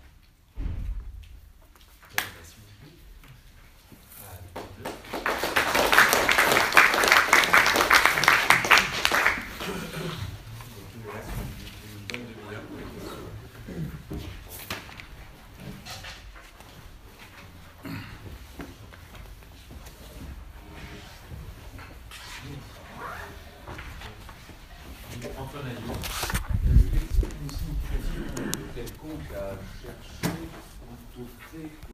Speaker 3: Antoine Agneau, une signification quelconque à chercher quand on fait